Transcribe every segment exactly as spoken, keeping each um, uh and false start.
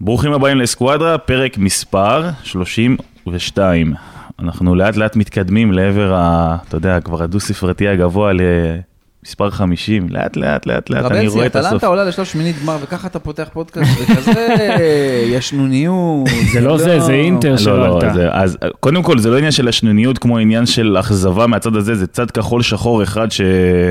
ברוכים הבאים לסקואדרה, פרק מספר שלושים ושתיים. אנחנו לאט לאט מתקדמים לעבר, ה, אתה יודע, כבר הדו-ספרתי הגבוה למספר חמישים. לאט לאט לאט לאט אני רואה את הסוף. אטלנטה עולה לשלב שמינית גמר, וככה אתה פותח פודקאסט, וכזה ישנוניות. זה לא זה, זה אינטר שלא עלתה. אז קודם כל, זה לא עניין של השנוניות כמו עניין של אכזבה מהצד הזה, זה צד כחול שחור אחד ש...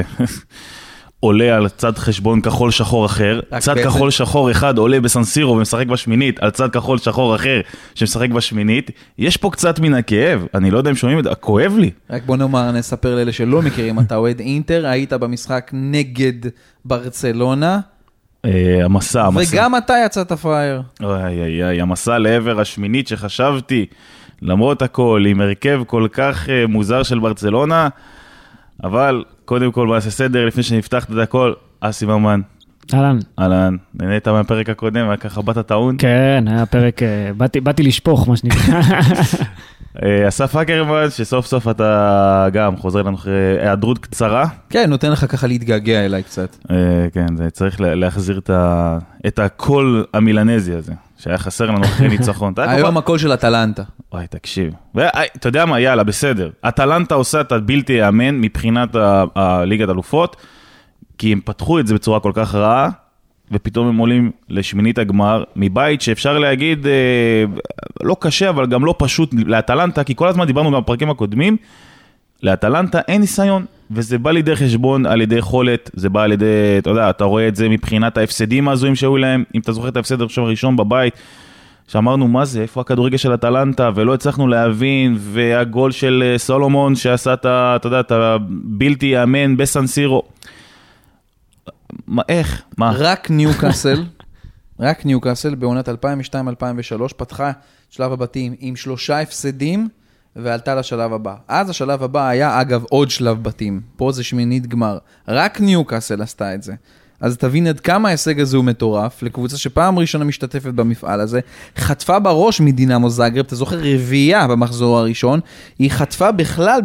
עולה על צד חשבון כחול שחור אחר, צד כחול שחור אחד עולה בסנסירו ומשחק בשמינית, על צד כחול שחור אחר שמשחק בשמינית, יש פה קצת מן הכאב, אני לא יודע אם שומעים את זה, כואב לי. רק בוא נאמר, נספר לאלה שלא מכירים, אתה אוהד אינטר, היית במשחק נגד ברצלונה, המסע, המסע. וגם אתה יצאת פראייר. אוי, אוי, אוי, המסע לעבר השמינית שחשבתי, למרות הכל, עם הרכב כל כך מוזר של ברצלונה, אבל קודם כל בעשה סדר, לפני שנפתח את הכל, אסי ממן. אהלן. אהלן, נהנית מהפרק הקודם, היה ככה באת טעון. כן, היה פרק, באתי, באתי לשפוך, מה שנקרא. אסף אקרמן, שסוף סוף אתה גם חוזר לנו אחרי היעדרות קצרה. כן, נותן לך ככה להתגעגע אליי קצת. כן, זה צריך להחזיר את הקול המילנזי הזה, שהיה חסר לנו אחרי ניצחון. היום הקול של אטלנטה. וואי, תקשיב. אתה יודע מה, יאללה, בסדר. אטלנטה עושה את הבלתי יאמן מבחינת הליגת אלופות, כי הם פתחו את זה בצורה כל כך רעה, ופתאום הם עולים לשמינית הגמר, מבית שאפשר להגיד, לא קשה, אבל גם לא פשוט לאטלנטה, כי כל הזמן דיברנו גם בפרקים הקודמים, לאטלנטה אין ניסיון, וזה בא לידי חשבון על ידי יכולת, זה בא על ידי, אתה יודע, אתה רואה את זה מבחינת ההפסדים הזויים שהיו להם, אם אתה זוכר את ההפסד הראשון בבית, שאמרנו מה זה, איפה הכדורגל של אטלנטה, ולא הצלחנו להבין, והגול של סולומון שעשה את, אתה יודע, את הבלתי יאמן בסנסירו. מה, איך? מה? רק ניוקאסל, רק ניוקאסל בעונת אלפיים ושתיים אלפיים ושלוש פתחה שלב הבתים עם שלושה הפסדים, ועלתה לשלב הבא. אז השלב הבא היה, אגב, עוד שלב בתים. פה זה שמינית גמר. רק ניוקאסל עשתה את זה. אז תבין עד כמה ההישג הזה הוא מטורף, לקבוצה שפעם ראשונה משתתפת במפעל הזה, חטפה בראש מדינמו זאגרב, אתה זוכר רביעייה במחזור הראשון, היא חטפה בכלל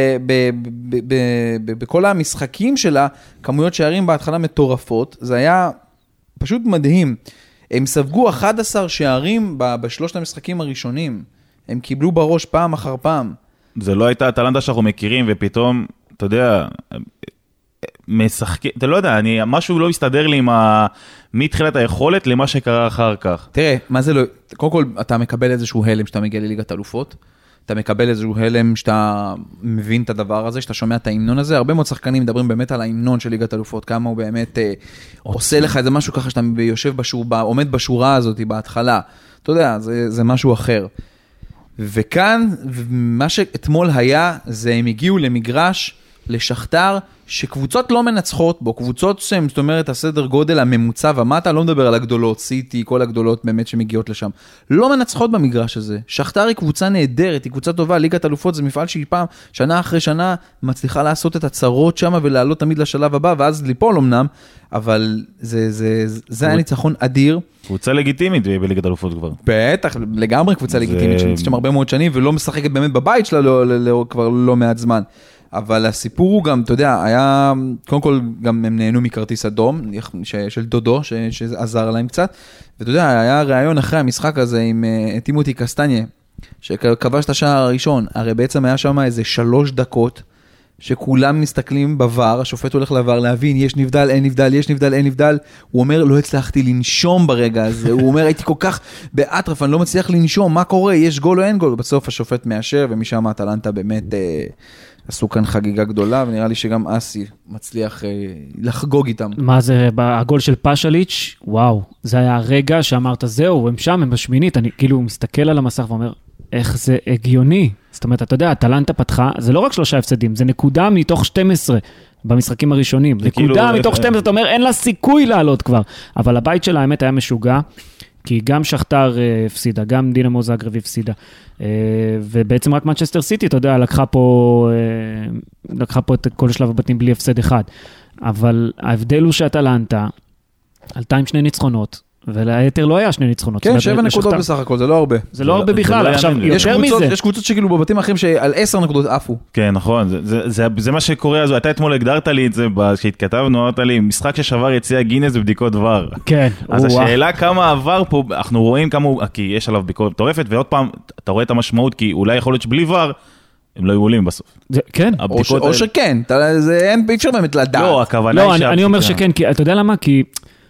בכל המשחקים שלה, כמויות שערים בהתחלה מטורפות, זה היה פשוט מדהים. הם ספגו אחד עשר שערים בשלושת המשחקים הראשונים, הם קיבלו בראש פעם אחר פעם. זה לא הייתה אטלנטה שאנחנו מכירים, ופתאום, אתה יודע... משחקים, אתה לא יודע, אני, משהו לא מסתדר לי עם ה... מתחילת היכולת למה שקרה אחר כך. תראה, מה זה לא... קודם כל, אתה מקבל איזשהו הלם שאתה מגיע לליגת אלופות, אתה מקבל איזשהו הלם שאתה מבין את הדבר הזה, שאתה שומע את ההמנון הזה, הרבה מאוד שחקנים מדברים באמת על ההמנון של ליגת אלופות, כמה הוא באמת אה, עושה לך איזה משהו ככה שאתה יושב בשור, עומד בשורה הזאת בהתחלה, אתה יודע, זה, זה משהו אחר. וכאן, מה שאתמול היה, זה הם הגיעו למגרש, לשכתר, שקבוצות לא מנצחות בו, קבוצות שהן, זאת אומרת, הסדר גודל הממוצע ומטה, לא מדבר על הגדולות, סיטי, כל הגדולות באמת שמגיעות לשם, לא מנצחות במגרש הזה. שכתר היא קבוצה נהדרת, היא קבוצה טובה, ליגת אלופות זה מפעל שהיא פעם, שנה אחרי שנה, מצליחה לעשות את הצרות שם, ולעלות תמיד לשלב הבא, ואז ליפול אמנם, אבל זה, זה, זה, זה היה ניצחון אדיר. קבוצה לגיטימית בליגת אלופות כבר. בטח, לגמרי קבוצה לגיטימית, שנמצאת שם הרבה מאוד שנים, ולא משחקת באמת בבית שלה לא, לא, לא, כבר לא מעט זמן. אבל הסיפור הוא גם, אתה יודע, היה, קודם כל גם הם נהנו מכרטיס אדום, של דודו, שעזר להם קצת, ואתה יודע, היה רעיון אחרי המשחק הזה עם טימותי קסטניה, שכבש את השער הראשון, הרי בעצם היה שם איזה שלוש דקות, שכולם מסתכלים בבר, השופט הולך לבר להבין, יש נבדל, אין נבדל, יש נבדל, אין נבדל, הוא אומר, לא הצלחתי לנשום ברגע הזה, הוא אומר, הייתי כל כך באטרף, אני לא מצליח לנשום, מה קורה, יש גול או אין גול, ובסוף השופט מאשר, ומשם אטלנטה באמת אה, עשו כאן חגיגה גדולה, ונראה לי שגם אסי מצליח אה, לחגוג איתם. מה זה, הגול של פשליץ', וואו, זה היה הרגע שאמרת, זהו, הם שם, הם בשמינית, אני כאילו מסתכל על המסך ואומר, איך זה הגיוני. זאת אומרת, אתה יודע, אטלנטה פתחה, זה לא רק שלושה הפסדים, זה נקודה מתוך שתים עשרה במשחקים הראשונים. נקודה מתוך שתים עשרה, אתה אומר, אין לה סיכוי לעלות כבר. אבל הבית שלה, האמת, היה משוגע, כי גם שכתר הפסידה, גם דינמו זאגרב הפסידה. ובעצם רק מנצ'סטר סיטי, אתה יודע, לקחה פה, לקחה פה את כל שלב הבתים בלי הפסד אחד. אבל ההבדל הוא שאטלנטה עלתה עם שני ניצחונות, וליתר לא היה שני ניצחונות. כן, שבע נקודות בסך הכל, זה לא הרבה. זה לא הרבה בכלל, עכשיו, יותר מזה. יש קבוצות שכאילו בבתים אחרים שעל עשר נקודות עפו. כן, נכון, זה מה שקורה, אז אתה אתמול הגדרת לי את זה, כשהתכתבנו, אמרת לי, משחק ששבר יציאה גינס בבדיקות דבר. כן. אז השאלה כמה עבר פה, אנחנו רואים כמה הוא, כי יש עליו ביקורת מטורפת, ועוד פעם, אתה רואה את המשמעות, כי אולי יכול להיות שבלי ור, הם לא יהיו עולים בסוף. כן. או שכן, אין אפשר באמת לדעת. לא, הכוונה היא אני אומר שכן, כי אתה יודע למה? כי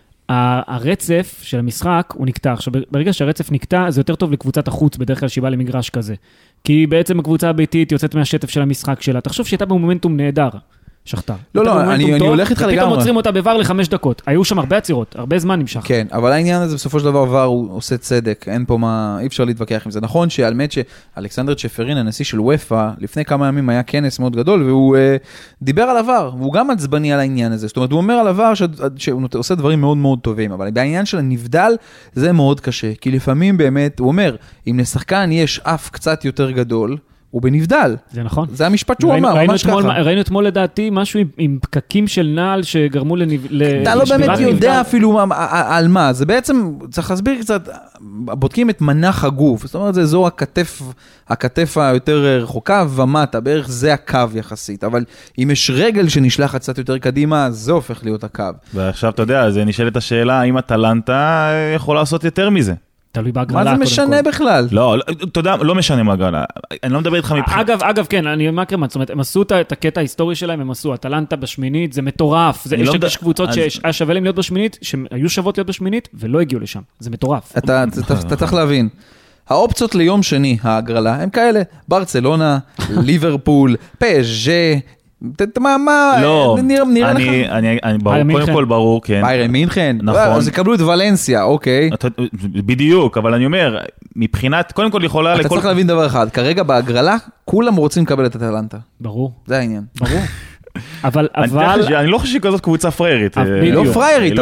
הרצף של המשחק הוא נקטע. עכשיו, ברגע שהרצף נקטע, זה יותר טוב לקבוצת החוץ, בדרך כלל שהיא באה למגרש כזה. כי בעצם הקבוצה הביתית יוצאת מהשטף של המשחק שלה. תחשוב שהייתה במומנטום נהדר, שחטר. לא, לא, אני הולך איתך לגמרי. ופתאום עוצרים אותה בבר לחמש דקות. היו שם הרבה עצירות, הרבה זמן נמשך. כן, אבל העניין הזה בסופו של דבר ור הוא עושה צדק. אין פה מה, אי אפשר להתווכח עם זה. נכון שהאמת שאלכסנדר צ'פרין, הנשיא של וופא, לפני כמה ימים היה כנס מאוד גדול, והוא דיבר על עבר, והוא גם עצבני על העניין הזה. זאת אומרת, הוא אומר על עבר שהוא עושה דברים מאוד מאוד טובים, אבל בעניין של הנבדל, זה מאוד קשה. כי לפעמים באמת, הוא אומר, אם לשחקן יש אף קצת יותר גדול, הוא בנבדל. זה נכון. זה המשפט שהוא אמר, ממש ככה. ראינו אתמול לדעתי משהו עם פקקים של נעל שגרמו לשבירת... אתה לא באמת יודע אפילו על מה. זה בעצם, צריך להסביר קצת, בודקים את מנח הגוף. זאת אומרת, זה אזור הכתף, הכתף היותר רחוקה ומטה, בערך זה הקו יחסית. אבל אם יש רגל שנשלחת קצת יותר קדימה, זה הופך להיות הקו. ועכשיו אתה יודע, זה נשאלת השאלה, האם אטלנטה יכול לעשות יותר מזה? תלוי בהגרלה. מה זה משנה בכלל? לא, אתה יודע, לא משנה מהגרלה. אני לא מדבר איתך מבחינת. אגב, אגב, כן, אני אומר כמה, זאת אומרת, הם עשו את הקטע ההיסטורי שלהם, הם עשו אטלנטה בשמינית, זה מטורף. יש קבוצות שהיה שווה להם להיות בשמינית, שהיו שוות להיות בשמינית, ולא הגיעו לשם. זה מטורף. אתה צריך להבין. האופציות ליום שני, ההגרלה, הם כאלה, ברצלונה, ליברפול, פז'ה, מה, מה, לא, נראה לך? קודם כל ברור, כן. ביירן מינכן. נכון. אז יקבלו את ולנסיה, אוקיי. בדיוק, אבל אני אומר, מבחינת, קודם כל יכולה... אתה צריך להבין דבר אחד, כרגע בהגרלה, כולם רוצים לקבל את אטלנטה. ברור. זה העניין. ברור. אבל, אבל... אני לא חושב שכזאת קבוצה פריירית. היא לא פריירית,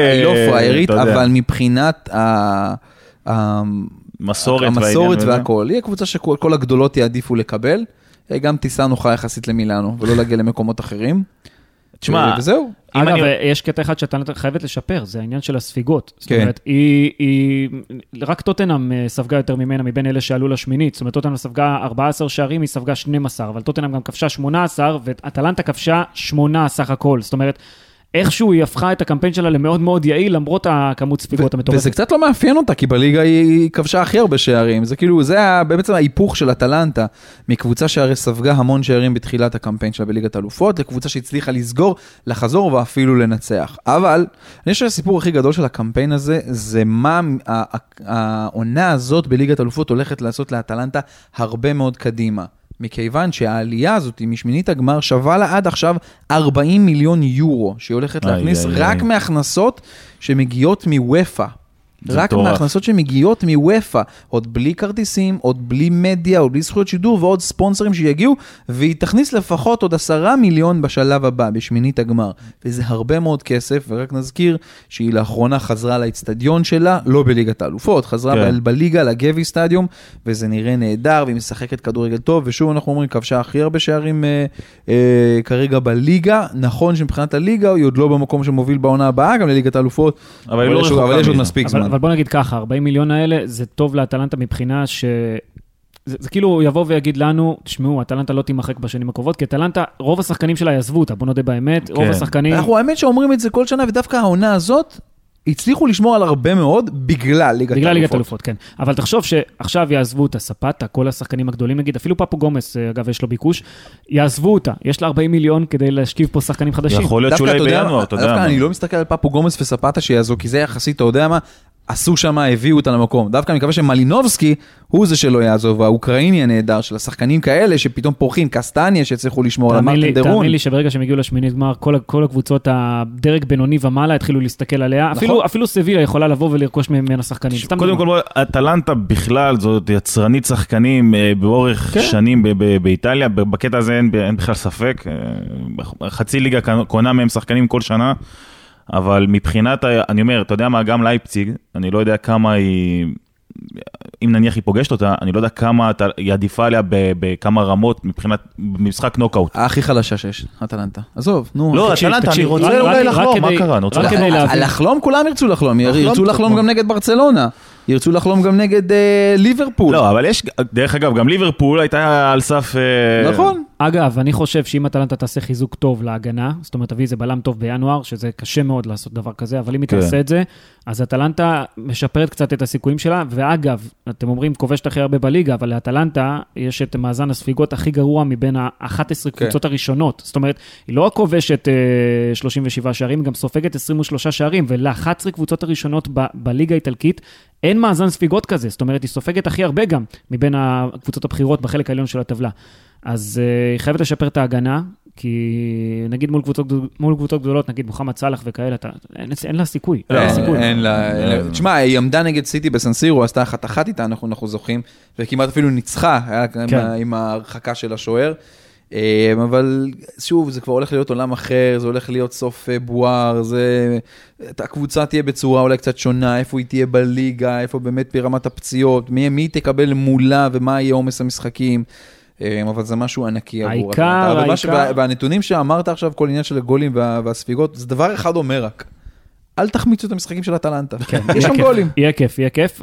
אבל מבחינת המסורת והכל, היא הקבוצה שכל הגדולות יעדיפו לקבל. גם טיסה נוחה יחסית למילאנו, ולא להגיע למקומות אחרים. תשמע, וזהו. אגב, יש קטע אחד שאתה חייבת לשפר, זה העניין של הספיגות. זאת אומרת, היא, רק טוטנהאם ספגה יותר ממנה, מבין אלה שעלו לשמינית. זאת אומרת, טוטנהאם ספגה ארבעה עשר שערים, היא ספגה שנים עשר, אבל טוטנהאם גם כבשה שמונה עשר, ואטלנטה כבשה שמונה סך הכל. זאת אומרת, איכשהו היא הפכה את הקמפיין שלה למאוד מאוד יעיל, למרות הכמות ספיגות המטורפת. וזה קצת לא מאפיין אותה, כי בליגה היא כבשה הכי הרבה שערים. זה כאילו, זה בעצם ההיפוך של אטלנטה, מקבוצה שהרי ספגה המון שערים בתחילת הקמפיין שלה בליגת אלופות, לקבוצה שהצליחה לסגור, לחזור ואפילו לנצח. אבל, אני חושב שהסיפור הכי גדול של הקמפיין הזה, זה מה העונה הזאת בליגת אלופות הולכת לעשות לאטלנטה הרבה מאוד קדימה. מכיוון שהעלייה הזאת משמינית הגמר שווה לה עד עכשיו ארבעים מיליון יורו, שהיא הולכת להכניס רק מהכנסות שמגיעות מוופא. רק מההכנסות שמגיעות מוופא, עוד בלי כרטיסים, עוד בלי מדיה, עוד בלי זכויות שידור, ועוד ספונסרים שיגיעו, והיא תכניס לפחות עוד עשרה מיליון בשלב הבא, בשמינית הגמר. וזה הרבה מאוד כסף, ורק נזכיר שהיא לאחרונה חזרה לאצטדיון שלה, לא בליגת האלופות, חזרה כן. בליגה, לגבי סטדיום, וזה נראה נהדר, והיא משחקת כדורגל טוב, ושוב אנחנו אומרים, כבשה הכי הרבה שערים אה, אה, כרגע בליגה, נכון שמבחינת הליגה, היא עוד לא במקום שמוביל בעונה הבאה, גם לליגת האלופות, אבל, אבל, יש, אבל יש עוד מספיק זמן. אבל בוא נגיד ככה, ארבעים מיליון האלה, זה טוב לאטלנטה מבחינה ש... זה, זה כאילו יבוא ויגיד לנו, תשמעו, אטלנטה לא תימחק בשנים הקרובות, כי אטלנטה, רוב השחקנים שלה יעזבו אותה, בוא נודה באמת, כן. רוב השחקנים... אנחנו האמת שאומרים את זה כל שנה, ודווקא העונה הזאת, הצליחו לשמור על הרבה מאוד בגלל ליגת בגלל ליגת אלופות, כן. אבל תחשוב שעכשיו יעזבו את הספטה, כל השחקנים הגדולים, נגיד, אפילו פפו גומס, אגב, יש לו ביקוש, יעזבו אותה. יש לה ארבעים מיליון כדי להשכיב פה שחקנים חדשים. יכול להיות שאולי בינואר, אתה יודע. דווקא אני לא מסתכל על פפו גומס וספטה שיעזבו, כי זה יחסית, אתה יודע מה, עשו שם, הביאו אותה למקום. דווקא אני מקווה שמלינובסקי הוא זה שלא יעזוב, האוקראיני הנהדר של השחקנים כאלה שפתאום פורחים, קסטניה שצריכו לשמור על המרטין דרון. תאמין לי שברגע שהם הגיעו לשמינית גמר, כל, כל הקבוצות הדרג בינוני ומעלה התחילו להסתכל עליה. נכון. אפילו, אפילו סביליה יכולה לבוא ולרכוש ממנה שחקנים. קודם כל, אטלנטה בכלל זאת יצרנית שחקנים באורך כן. שנים ב- ב- באיטליה, בקטע הזה אין, אין בכלל ספק. חצי ליגה קונה מהם שחקנים כל שנה. אבל מבחינת, אני אומר, אתה יודע מה, גם לייפציג, אני לא יודע כמה היא, אם נניח היא פוגשת אותה, אני לא יודע כמה היא עדיפה עליה בכמה רמות מבחינת משחק נוקאוט. הכי חלשה שיש, אטלנטה. עזוב, נו. לא, אטלנטה, אני רוצה אולי לחלום, מה קרה? לחלום, כולם ירצו לחלום, ירצו לחלום גם נגד ברצלונה. ירצו לחלום גם נגד אה, ליברפול. לא, אבל יש, דרך אגב, גם ליברפול הייתה על סף... אה... נכון. אגב, אני חושב שאם אטלנטה תעשה חיזוק טוב להגנה, זאת אומרת, תביא איזה בלם טוב בינואר, שזה קשה מאוד לעשות דבר כזה, אבל אם היא תעשה את זה, אז אטלנטה משפרת קצת את הסיכויים שלה, ואגב, אתם אומרים, כובשת הכי הרבה בליגה, אבל לאטלנטה יש את מאזן הספיגות הכי גרוע מבין ה-אחת עשרה קבוצות הראשונות. זאת אומרת, היא לא רק כובשת אה, שלושים ושבעה שערים, היא גם סופגת עשרים ושלושה שערים, ול-אחת עשרה קבוצות הראשונות ב- בליגה האיטלקית, אין מאזן ספיגות כזה, זאת אומרת, היא סופגת הכי הרבה גם, מבין הקבוצות הבחירות בחלק העליון של הטבלה. אז uh, היא חייבת לשפר את ההגנה, כי נגיד מול קבוצות, מול קבוצות גדולות, נגיד מוחמד סלח וכאלה, אתה, אין, אין לה סיכוי. לא, אין סיכוי. אין לה, תשמע, היא עמדה נגד סיטי בסנסירו, עשתה אחת אחת איתה, אנחנו, אנחנו זוכים, וכמעט אפילו ניצחה, היה כן. עם ההרחקה של השוער, אבל שוב, זה כבר הולך להיות עולם אחר, זה הולך להיות סוף בואר, זה, הקבוצה תהיה בצורה אולי קצת שונה, איפה היא תהיה בליגה, איפה באמת ברמת הפציעות, מי, מי תקבל מולה ומה יהיה עומס המשחקים, אבל זה משהו ענקי עבור. העיקר, העיקר. והנתונים שאמרת עכשיו, כל עניין של הגולים והספיגות, זה דבר אחד אומר רק, אל תחמיצו את המשחקים של אטלנטה. יש שם גולים. יהיה כיף, יהיה כיף.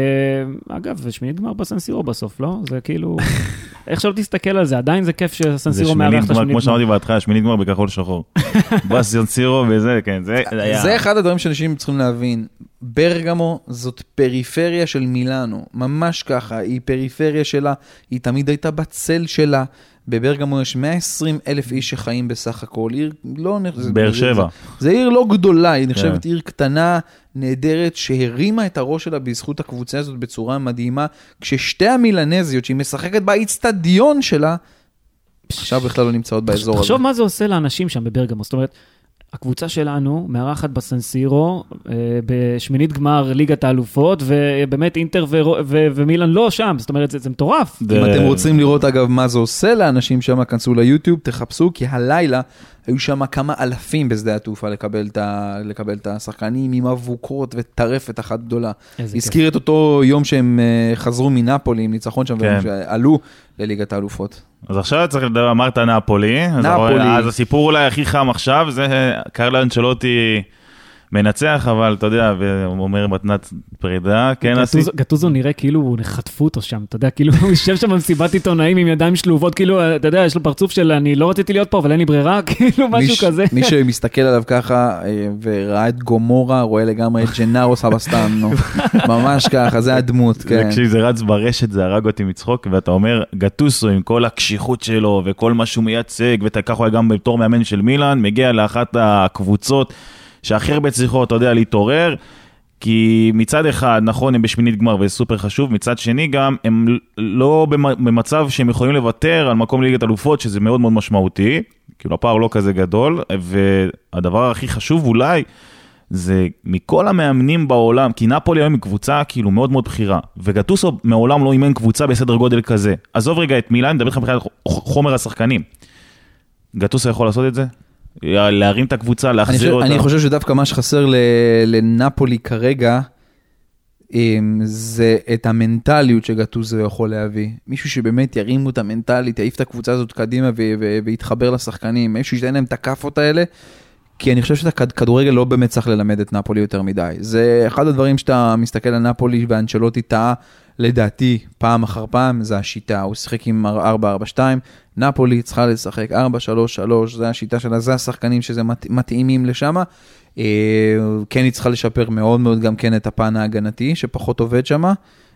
אגב, זה שמינית גמר בסנסירו בסוף, לא? זה כאילו, איך שלא תסתכל על זה, עדיין זה כיף שסנסירו מארח את השמינית גמר. כמו שאמרתי בהתחלה, שמינית גמר בכחול שחור. בסנסירו וזה, כן. זה אחד הדברים שאנשים צריכים להבין. ברגמו זאת פריפריה של מילאנו, ממש ככה, היא פריפריה שלה, היא תמיד הייתה בצל שלה, בברגמו יש מאה ועשרים אלף איש שחיים בסך הכל, עיר לא נחשבת, באר שבע. זה עיר לא גדולה, היא נחשבת עיר קטנה, נהדרת, שהרימה את הראש שלה בזכות הקבוצה הזאת בצורה מדהימה, כששתי המילנזיות שהיא משחקת באצטדיון שלה, עכשיו בכלל לא נמצאות באזור הזה. תחשוב מה זה עושה לאנשים שם בברגמו, זאת אומרת, הקבוצה שלנו מארחת בסנסירו, בשמינית גמר ליגת האלופות, ובאמת אינטר ומילן לא שם, זאת אומרת, זה מטורף. אם אתם רוצים לראות אגב מה זה עושה לאנשים שם, כנסו ליוטיוב, תחפשו, כי הלילה היו שם כמה אלפים בשדה התעופה לקבל את השחקנים עם אבוקות וטרפת אחת גדולה. הזכיר את אותו יום שהם חזרו מנאפולי עם ניצחון שם, ועלו לליגת האלופות. אז עכשיו צריך לדבר, אמרת נאפולי, נאפולי. אז הסיפור אולי הכי חם עכשיו, זה קרלו אנצ'לוטי מנצח, אבל אתה יודע, הוא אומר מתנת פרידה, כן עשי? גטוזו נראה כאילו הוא חטפו אותו שם, אתה יודע, כאילו הוא יושב שם במסיבת עיתונאים עם ידיים שלובות, כאילו, אתה יודע, יש לו פרצוף של אני לא רציתי להיות פה, אבל אין לי ברירה, כאילו משהו כזה. מי שמסתכל עליו ככה, וראה את גומורה, רואה לגמרי את ג'נארו סבסטן, נו, ממש ככה, זה הדמות, כן. כשזה רץ ברשת, זה הרג אותי מצחוק, ואתה אומר, גטוסו עם כל הקשיחות שלו, וכל מה שהוא מייצג, וככה הוא גם בתור מאמן של מילאן, מגיע לאחת הקבוצות שהכי הרבה צריכות, אתה יודע, להתעורר, כי מצד אחד, נכון, הם בשמינית גמר, וזה סופר חשוב, מצד שני גם, הם לא במצב שהם יכולים לוותר על מקום ליגת אלופות, שזה מאוד מאוד משמעותי, כאילו הפער לא כזה גדול, והדבר הכי חשוב אולי, זה מכל המאמנים בעולם, כי נאפולי היום היא קבוצה כאילו מאוד מאוד בחירה, וגטוסו מעולם לא אימן קבוצה בסדר גודל כזה. עזוב רגע את מילאן, נדבר לכם מבחינת חומר השחקנים. גטוסו יכול לעשות את זה? להרים את הקבוצה, להחזיר אותה. אני חושב שדווקא מה שחסר לנאפולי כרגע, זה את המנטליות שגטוזו יכול להביא. מישהו שבאמת ירימו את המנטלית, יעיף את הקבוצה הזאת קדימה ויתחבר לשחקנים. מישהו שתהיה להם את הכפות האלה, כי אני חושב שאתה כדורגל לא באמת צריך ללמד את נאפולי יותר מדי. זה אחד הדברים שאתה מסתכל על נאפולי ואנצ'לוטי טעה, לדעתי, פעם אחר פעם, זה השיטה. הוא שיחק עם ארבע ארבע שתיים, נאפולי צריכה לשחק ארבע שלוש שלוש, זה השיטה שלה, זה השחקנים שזה מתאימים לשם. כן, היא צריכה לשפר מאוד מאוד גם כן את הפן ההגנתי, שפחות עובד שם.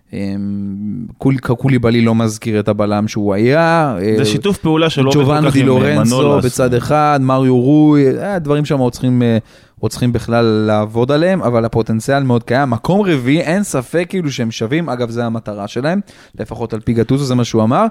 קוליבאלי לא מזכיר את הבלם שהוא היה. זה שיתוף פעולה שלא ג'ובאנו די לורנצו בצד אחד, מריו רוי, דברים שם עוד צריכים בכלל לעבוד עליהם, אבל הפוטנציאל מאוד קיים. מקום רביעי, אין ספק כאילו שהם שווים, אגב זה המטרה שלהם, לפחות על פי גטוזו, זה מה שהוא אמר,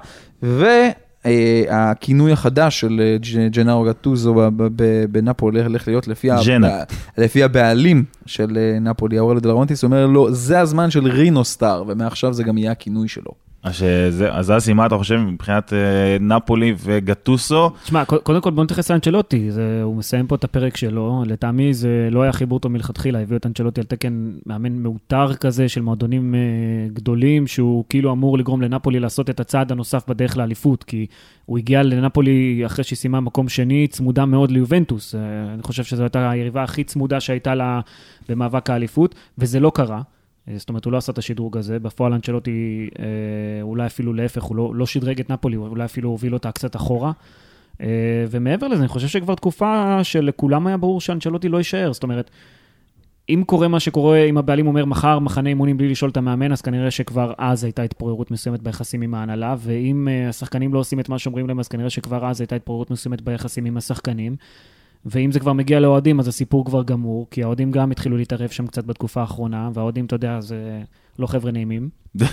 והכינוי החדש של ג'נארו גטוזו בנאפולי הולך להיות לפי הבעלים של נאפולי, אורלו דה לורנטיס, אומר לו, זה הזמן של רינו סטאר, ומעכשיו זה גם יהיה הכינוי שלו. אז זה הסימה, אתה חושב, מבחינת נפולי וגטוסו? תשמע, קודם כל בוא נתייחס לאנצ'לוטי, הוא מסיים פה את הפרק שלו, לטעמי זה לא היה חיבור אותו מלכתחילה, הביאו את אנצ'לוטי על תקן מאמן מאותר כזה של מועדונים גדולים, שהוא כאילו אמור לגרום לנפולי לעשות את הצעד הנוסף בדרך לאליפות, כי הוא הגיע לנפולי אחרי שהיא סיימה מקום שני, צמודה מאוד ליובנטוס, אני חושב שזו הייתה היריבה הכי צמודה שהייתה לה במאבק האליפות, וזה לא קרה. זאת אומרת, הוא לא עשה את השדרוג הזה, בפועל אנצ'לוטי אה, אולי אפילו להפך, הוא לא, לא שדרג את נפולי, אולי אפילו הוביל אותה קצת אחורה, אה, ומעבר לזה, אני חושב שכבר תקופה שלכולם היה ברור שאנצ'לוטי לא יישאר, זאת אומרת, אם קורה מה שקורה, אם הבעלים אומר מחר מחנה אימונים בלי לשאול את המאמן, אז כנראה שכבר אז הייתה התפוררות מסוימת ביחסים עם ההנהלה, ואם אה, השחקנים לא עושים את מה שאומרים להם, אז כנראה שכבר אז הייתה התפוררות מסוימת ביחסים עם השחקנים, ואם זה כבר מגיע לאוהדים, אז הסיפור כבר גמור, כי האוהדים גם התחילו להתערב שם קצת בתקופה האחרונה, והאוהדים, אתה יודע, זה לא חבר'ה נעימים.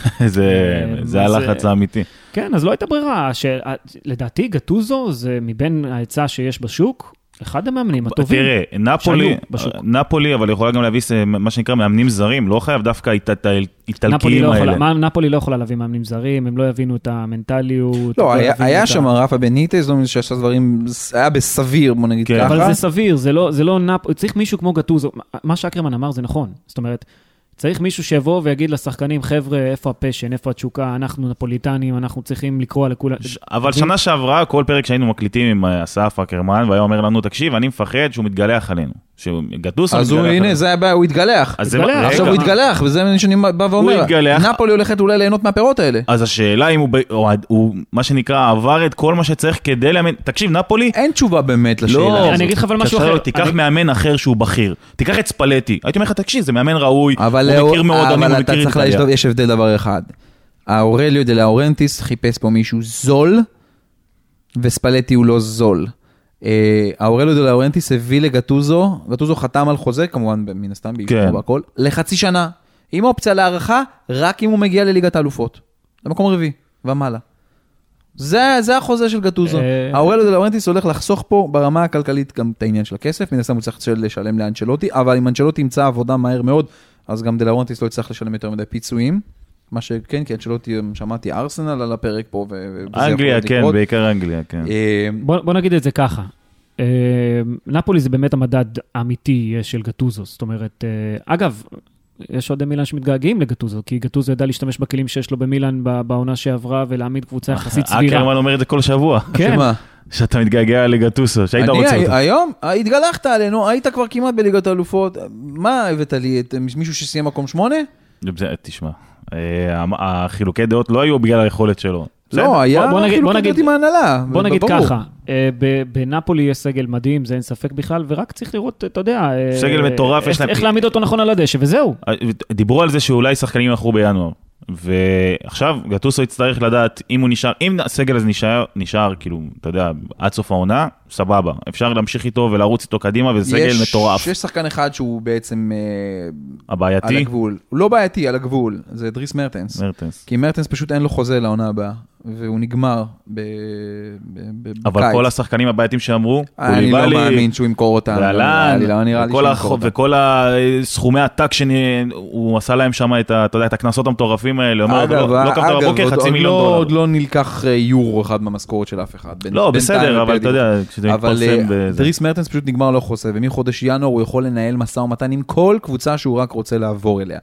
זה הלחץ האמיתי. כן, אז לא הייתה ברירה. לדעתי, גטוזו זה מבין ההיצע שיש בשוק, אחד המאמנים הטובים. תראה, נפולי, נפולי, אבל יכולה גם להביא מה שנקרא מאמנים זרים, לא חייב דווקא איטלקיים האלה. נפולי לא יכולה להביא מאמנים זרים, הם לא יבינו את המנטליות. לא, היה שם רפה בניטז, שעשה דברים, היה בסביר, בוא נגיד ככה. אבל זה סביר, זה לא נפולי, צריך מישהו כמו גטוזו, מה שאקרמן אמר זה נכון, זאת אומרת, צריך מישהו שיבוא ויגיד לשחקנים, חבר'ה, איפה הפשן, איפה התשוקה, אנחנו נפוליטנים, אנחנו צריכים לקרוא לכולם. אבל שנה שעברה, כל פרק שהיינו מקליטים עם אסף אקרמן, והיה אומר לנו, תקשיב, אני מפחד שהוא מתגלח עלינו. שגטוסו מתגלח עלינו. אז הנה, זה הבא, הוא התגלח. עכשיו הוא התגלח, וזה מה שאני בא ואומר. נפולי הולכת אולי ליהנות מהפירות האלה. אז השאלה אם הוא, מה שנקרא, עבר את כל מה שצריך כדי לאמן. תקשיב, נפולי... אין תשובה באמת לשאלה. אני אגיד לך אבל משהו אחר. תיקח מאמן אחר שהוא בכיר. תיקח את ספלטי. הייתי אומר לך, תקשיב, זה מאמן ראוי. הוא מכיר מאוד, אבל אתה צריך להשתוב, יש הבדל דבר אחד. האורליו דה לאורנטיס חיפש פה מישהו זול, וספלטי הוא לא זול. האורליו דה לאורנטיס הביא לגטוזו, גטוזו חתם על חוזה, כמובן מן הסתם באישור והכל, לחצי שנה, עם אופציה להערכה, רק אם הוא מגיע לליגת האלופות. למקום רביעי, ומעלה. זה, זה החוזה של גטוזו. האורליו דה לאורנטיס הולך לחסוך פה ברמה הכלכלית גם את העניין של הכסף, מן הסתם הוא צריך לשלם לאנצ'לוטי, אבל אם אנצ'לוטי ימצא עבודה מהר מאוד, אז גם דלאורנטיס לא יצטרך לשלם יותר מדי פיצויים, מה שכן, כי אנצ'לוטי, שמעתי ארסנל על הפרק פה, אנגליה, כן, בעיקר אנגליה, כן. בוא נגיד את זה ככה, נפולי זה באמת המדד האמיתי של גטוזו, זאת אומרת, אגב, יש עוד מילאן שמתגעגעים לגטוזו, כי גטוזו ידע להשתמש בכלים שיש לו במילאן בעונה שעברה, ולהעמיד קבוצה יחסית סבירה. אקרמן אומר את זה כל שבוע. כן. שאתה מתגעגע לגטוסו, שהיית רוצה אותו. היום, התגלחת עלינו, היית כבר כמעט בליגת האלופות, מה הבאת לי, מישהו שסיים מקום שמונה? תשמע, החילוקי דעות לא היו בגלל היכולת שלו. לא, היה חילוקי דעות עם ההנהלה. בוא נגיד ככה, בנפולי יש סגל מדהים, זה אין ספק בכלל, ורק צריך לראות, אתה יודע, סגל מטורף, איך להעמיד אותו נכון על הדשא, וזהו. דיברו על זה שאולי שחקנים ילכו בינואר. ועכשיו גטוסו יצטרך לדעת אם הוא נשאר, אם הסגל הזה נשאר, נשאר כאילו, אתה יודע, עד סוף העונה, סבבה. אפשר להמשיך איתו ולרוץ איתו קדימה, וזה סגל מטורף. יש שחקן אחד שהוא בעצם הבעייתי? על הגבול. הוא לא בעייתי, על הגבול. זה דריס מרטנס. מרטנס. כי מרטנס פשוט אין לו חוזה לעונה הבאה, והוא נגמר בקיץ. אבל כל השחקנים הבעייתים שאמרו, אני לא מאמין שהוא ימכור אותם. וכל הסכומי העתק שהוא עשה להם שם את הכנסות המטורפים האלה. אגב, עוד לא נלקח יורו אחד מהמשכורת של אף אחד. לא, בסדר, אבל אתה יודע, אבל דריס מרטנס פשוט נגמר לו חוזה, ומחודש ינואר הוא יכול לנהל מסע ומתן עם כל קבוצה שהוא רק רוצה לעבור אליה.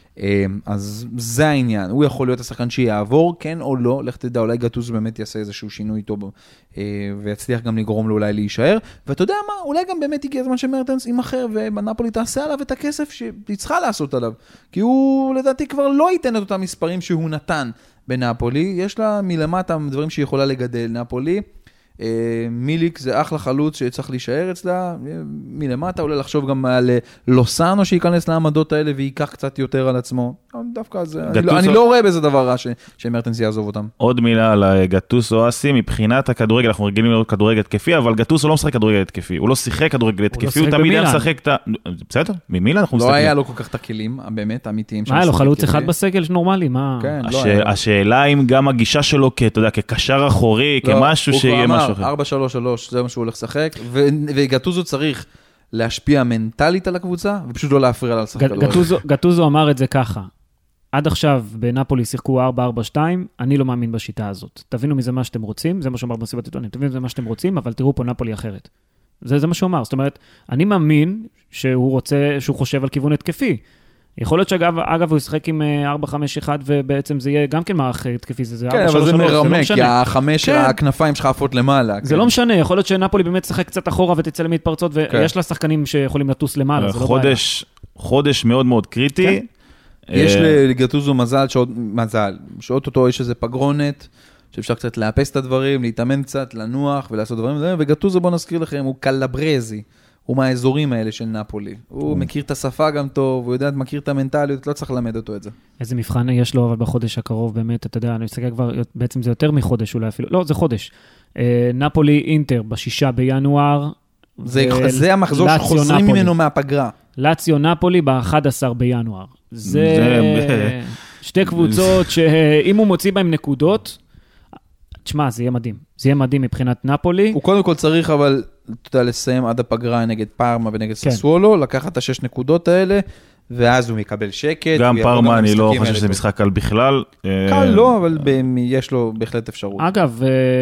אז זה העניין, הוא יכול להיות השחקן שיעבור, כן או לא, לך תדע, אולי גטוזו באמת יעשה איזשהו שינוי איתו, ויצליח גם לגרום לו אולי להישאר, ואתה יודע מה, אולי גם באמת הגיע הזמן שמרטנס יימחר, ובנפולי תעשה עליו את הכסף שהיא צריכה לעשות עליו, כי הוא לדעתי כבר לא ייתן את אותם מספרים שהוא נתן בנפולי, יש לה מלמטה דברים שהיא יכולה לגדל, נפולי, מיליק זה אחלה חלוץ שצריך להישאר אצלה, מלמטה אולי לחשוב גם על לוסאנו שייכנס לעמדות האלה ויקח קצת יותר על עצמו, דווקא זה, אני לא רואה בזה דבר רע שמרטנס יעזוב אותם. עוד מילה על גטוסו אסי, מבחינת הכדורגל, אנחנו רגילים לראות כדורגל התקפי, אבל גטוסו לא משחק כדורגל התקפי, הוא לא שיחק כדורגל התקפי, הוא תמיד היה משחק את ה... בסדר, ממילא אנחנו מסתכלים. לא היה לו כל כך את הכלים, באמת, האמיתיים. מה היה לו, חלוץ אחד בסגל נורמלי, מה? השאלה אם גם הגישה שלו כקשר אחורי, כמשהו שיהיה משהו אחר. ארבע שלוש שלוש, זה מה שהוא הולך לשחק, וגטוזו צריך להשפיע מנטלית על הקבוצה, ופשוט לא להפריע לה לשחק. גטוזו אמר את זה ככה, עד עכשיו בנאפולי שיחקו ארבע ארבע שתיים, אני לא מאמין בשיטה הזאת. תבינו מזה מה שאתם רוצים, זה מה שאומר במסיבת עיתונאים, תבינו מזה מה שאתם רוצים, אבל תראו פה נאפולי אחרת. זה, זה מה שהוא אמר, זאת אומרת, אני מאמין שהוא רוצה, שהוא חושב על כיוון התקפי. יכול להיות שאגב, אגב, הוא ישחק עם ארבע חמש אחת, ובעצם זה יהיה גם כן מערך התקפי, זה כן, אבל זה מרמה, כי החמש של הכנפיים שלך עפות למעלה. זה לא משנה, יכול להיות שנאפולי באמת שחק קצת אחורה ותצא למתפרצות, ויש לה שחקנים שיכולים לטוס למעלה, זה לא בעיה. חודש מאוד מאוד קריטי. יש לגטוזו מזל, מזל, שאו-טו-טו יש איזה פגרונת, שאפשר קצת לאפס את הדברים, להתאמן קצת, לנוח ולעשות דברים, וגטוזו, בוא נזכיר לכם, הוא קלברזי. הוא מהאזורים האלה של נאפולי. הוא מכיר את השפה גם טוב, הוא יודע, מכיר את המנטליות, לא צריך ללמד אותו את זה. איזה מבחן יש לו, אבל בחודש הקרוב באמת, אתה יודע, אני מסתכל כבר, בעצם זה יותר מחודש אולי אפילו, לא, זה חודש. נאפולי אינטר בשישה בינואר. זה המחזור שחוזרים ממנו מהפגרה. לאציו נאפולי ב-אחד עשר בינואר. זה שתי קבוצות שאם הוא מוציא בהם נקודות, תשמע, זה יהיה מדהים. זה יהיה מדהים מבחינת נאפולי. הוא קודם כל צריך, אבל, אתה יודע, לסיים עד הפגרה נגד פארמה ונגד ססוולו, לקחת את השש נקודות האלה, ואז הוא מקבל שקט. גם פארמה, אני לא חושב שזה משחק קל בכלל. קל לא, אבל יש לו בהחלט אפשרות. אגב,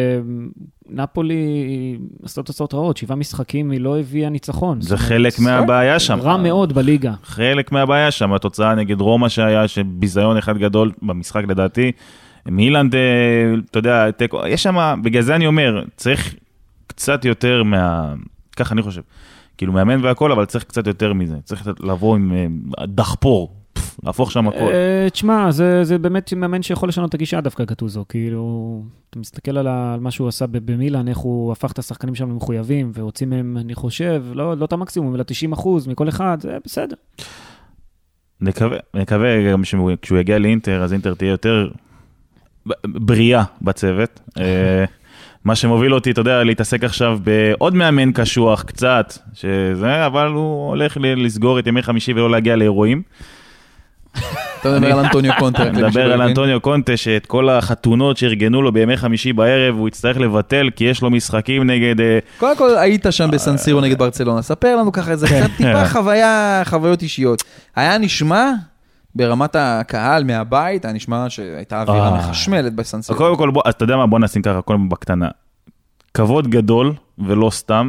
נאפולי עשו תוצאות רעות, שבעה משחקים, היא לא הביאה ניצחון. זה חלק מהבעיה שם. רע מאוד בליגה. חלק מהבעיה שם, התוצאה נגד רומא שהיה, שביזיון אחד גדול במשחק לדעתי, מילנד, אתה יודע, יש שם, בגלל זה אני אומר, צריך קצת יותר מה, ככה אני חושב, כאילו מאמן והכל, אבל צריך קצת יותר מזה, צריך לבוא עם דחפור, להפוך שם הכל. תשמע, זה באמת מאמן שיכול לשנות את הגישה דווקא גטוזו, כאילו, אתה מסתכל על מה שהוא עשה במילאן, איך הוא הפך את השחקנים שם למחויבים, והוציא מהם, אני חושב, לא את המקסימום, אלא תשעים אחוז מכל אחד, זה בסדר. נקווה, נקווה גם כשהוא יגיע לאינטר, אז אינטר תהיה יותר בריאה בצוות. מה שמוביל אותי, אתה יודע, להתעסק עכשיו בעוד מאמן קשוח קצת, שזה, אבל הוא הולך לסגור את ימי חמישי ולא להגיע לאירועים. אתה מדבר על אנטוניו קונטה. אני מדבר על אנטוניו קונטה, שאת כל החתונות שארגנו לו בימי חמישי בערב, הוא יצטרך לבטל, כי יש לו משחקים נגד... קודם כל, היית שם בסנסירו נגד ברצלונה. ספר לנו ככה איזה קצת טיפה חוויה, חוויות אישיות. היה נשמע... ברמת הקהל מהבית, היה נשמע שהייתה אווירה מחשמלת בסנסירו. קודם כל, אז אתה יודע מה, בוא נשים ככה, הכל בקטנה. כבוד גדול, ולא סתם,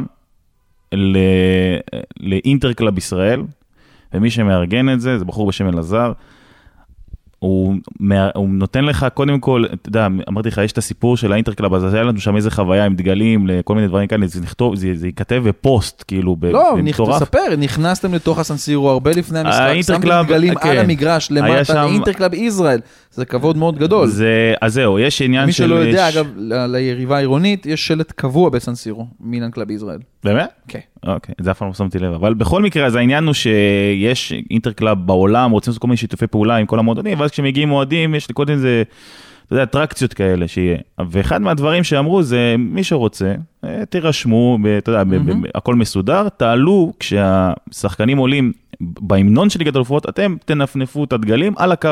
לאינטר קלאב ישראל, ומי שמארגן את זה, זה בחור בשם אלעזר, הוא, הוא נותן לך, קודם כל, אתה יודע, אמרתי לך, יש את הסיפור של האינטר קלאב, אז היה לנו שם איזה חוויה עם דגלים, לכל מיני דברים כאלה, זה נכתוב, זה, זה ייכתב בפוסט, כאילו, לא, תספר, נכנסתם לתוך הסנסירו הרבה לפני המשחק, שמתם דגלים כן. על המגרש, למטה, שם... לאינטר קלאב ישראל, זה כבוד מאוד גדול. זה, אז זהו, יש עניין מי של... מי שלא יודע, ש... אגב, ל- ליריבה העירונית, יש שלט קבוע בסנסירו, מילאן קלאב ישראל. באמת? כן. אוקיי, זה אף פעם לא שמתי לב, אבל בכל מקרה, אז העניין הוא שיש אינטר קלאב בעולם, רוצים לעשות כל מיני שיתופי פעולה עם כל המועדונים, ואז כשמגיעים מועדים, יש קודם זה, אתה יודע, אטרקציות כאלה שיהיה. ואחד מהדברים שאמרו זה, מי שרוצה, תירשמו, אתה יודע, הכל מסודר, תעלו כשהשחקנים עולים בהמנון של ליגת האלופות, אתם תנפנפו את הדגלים על הקו.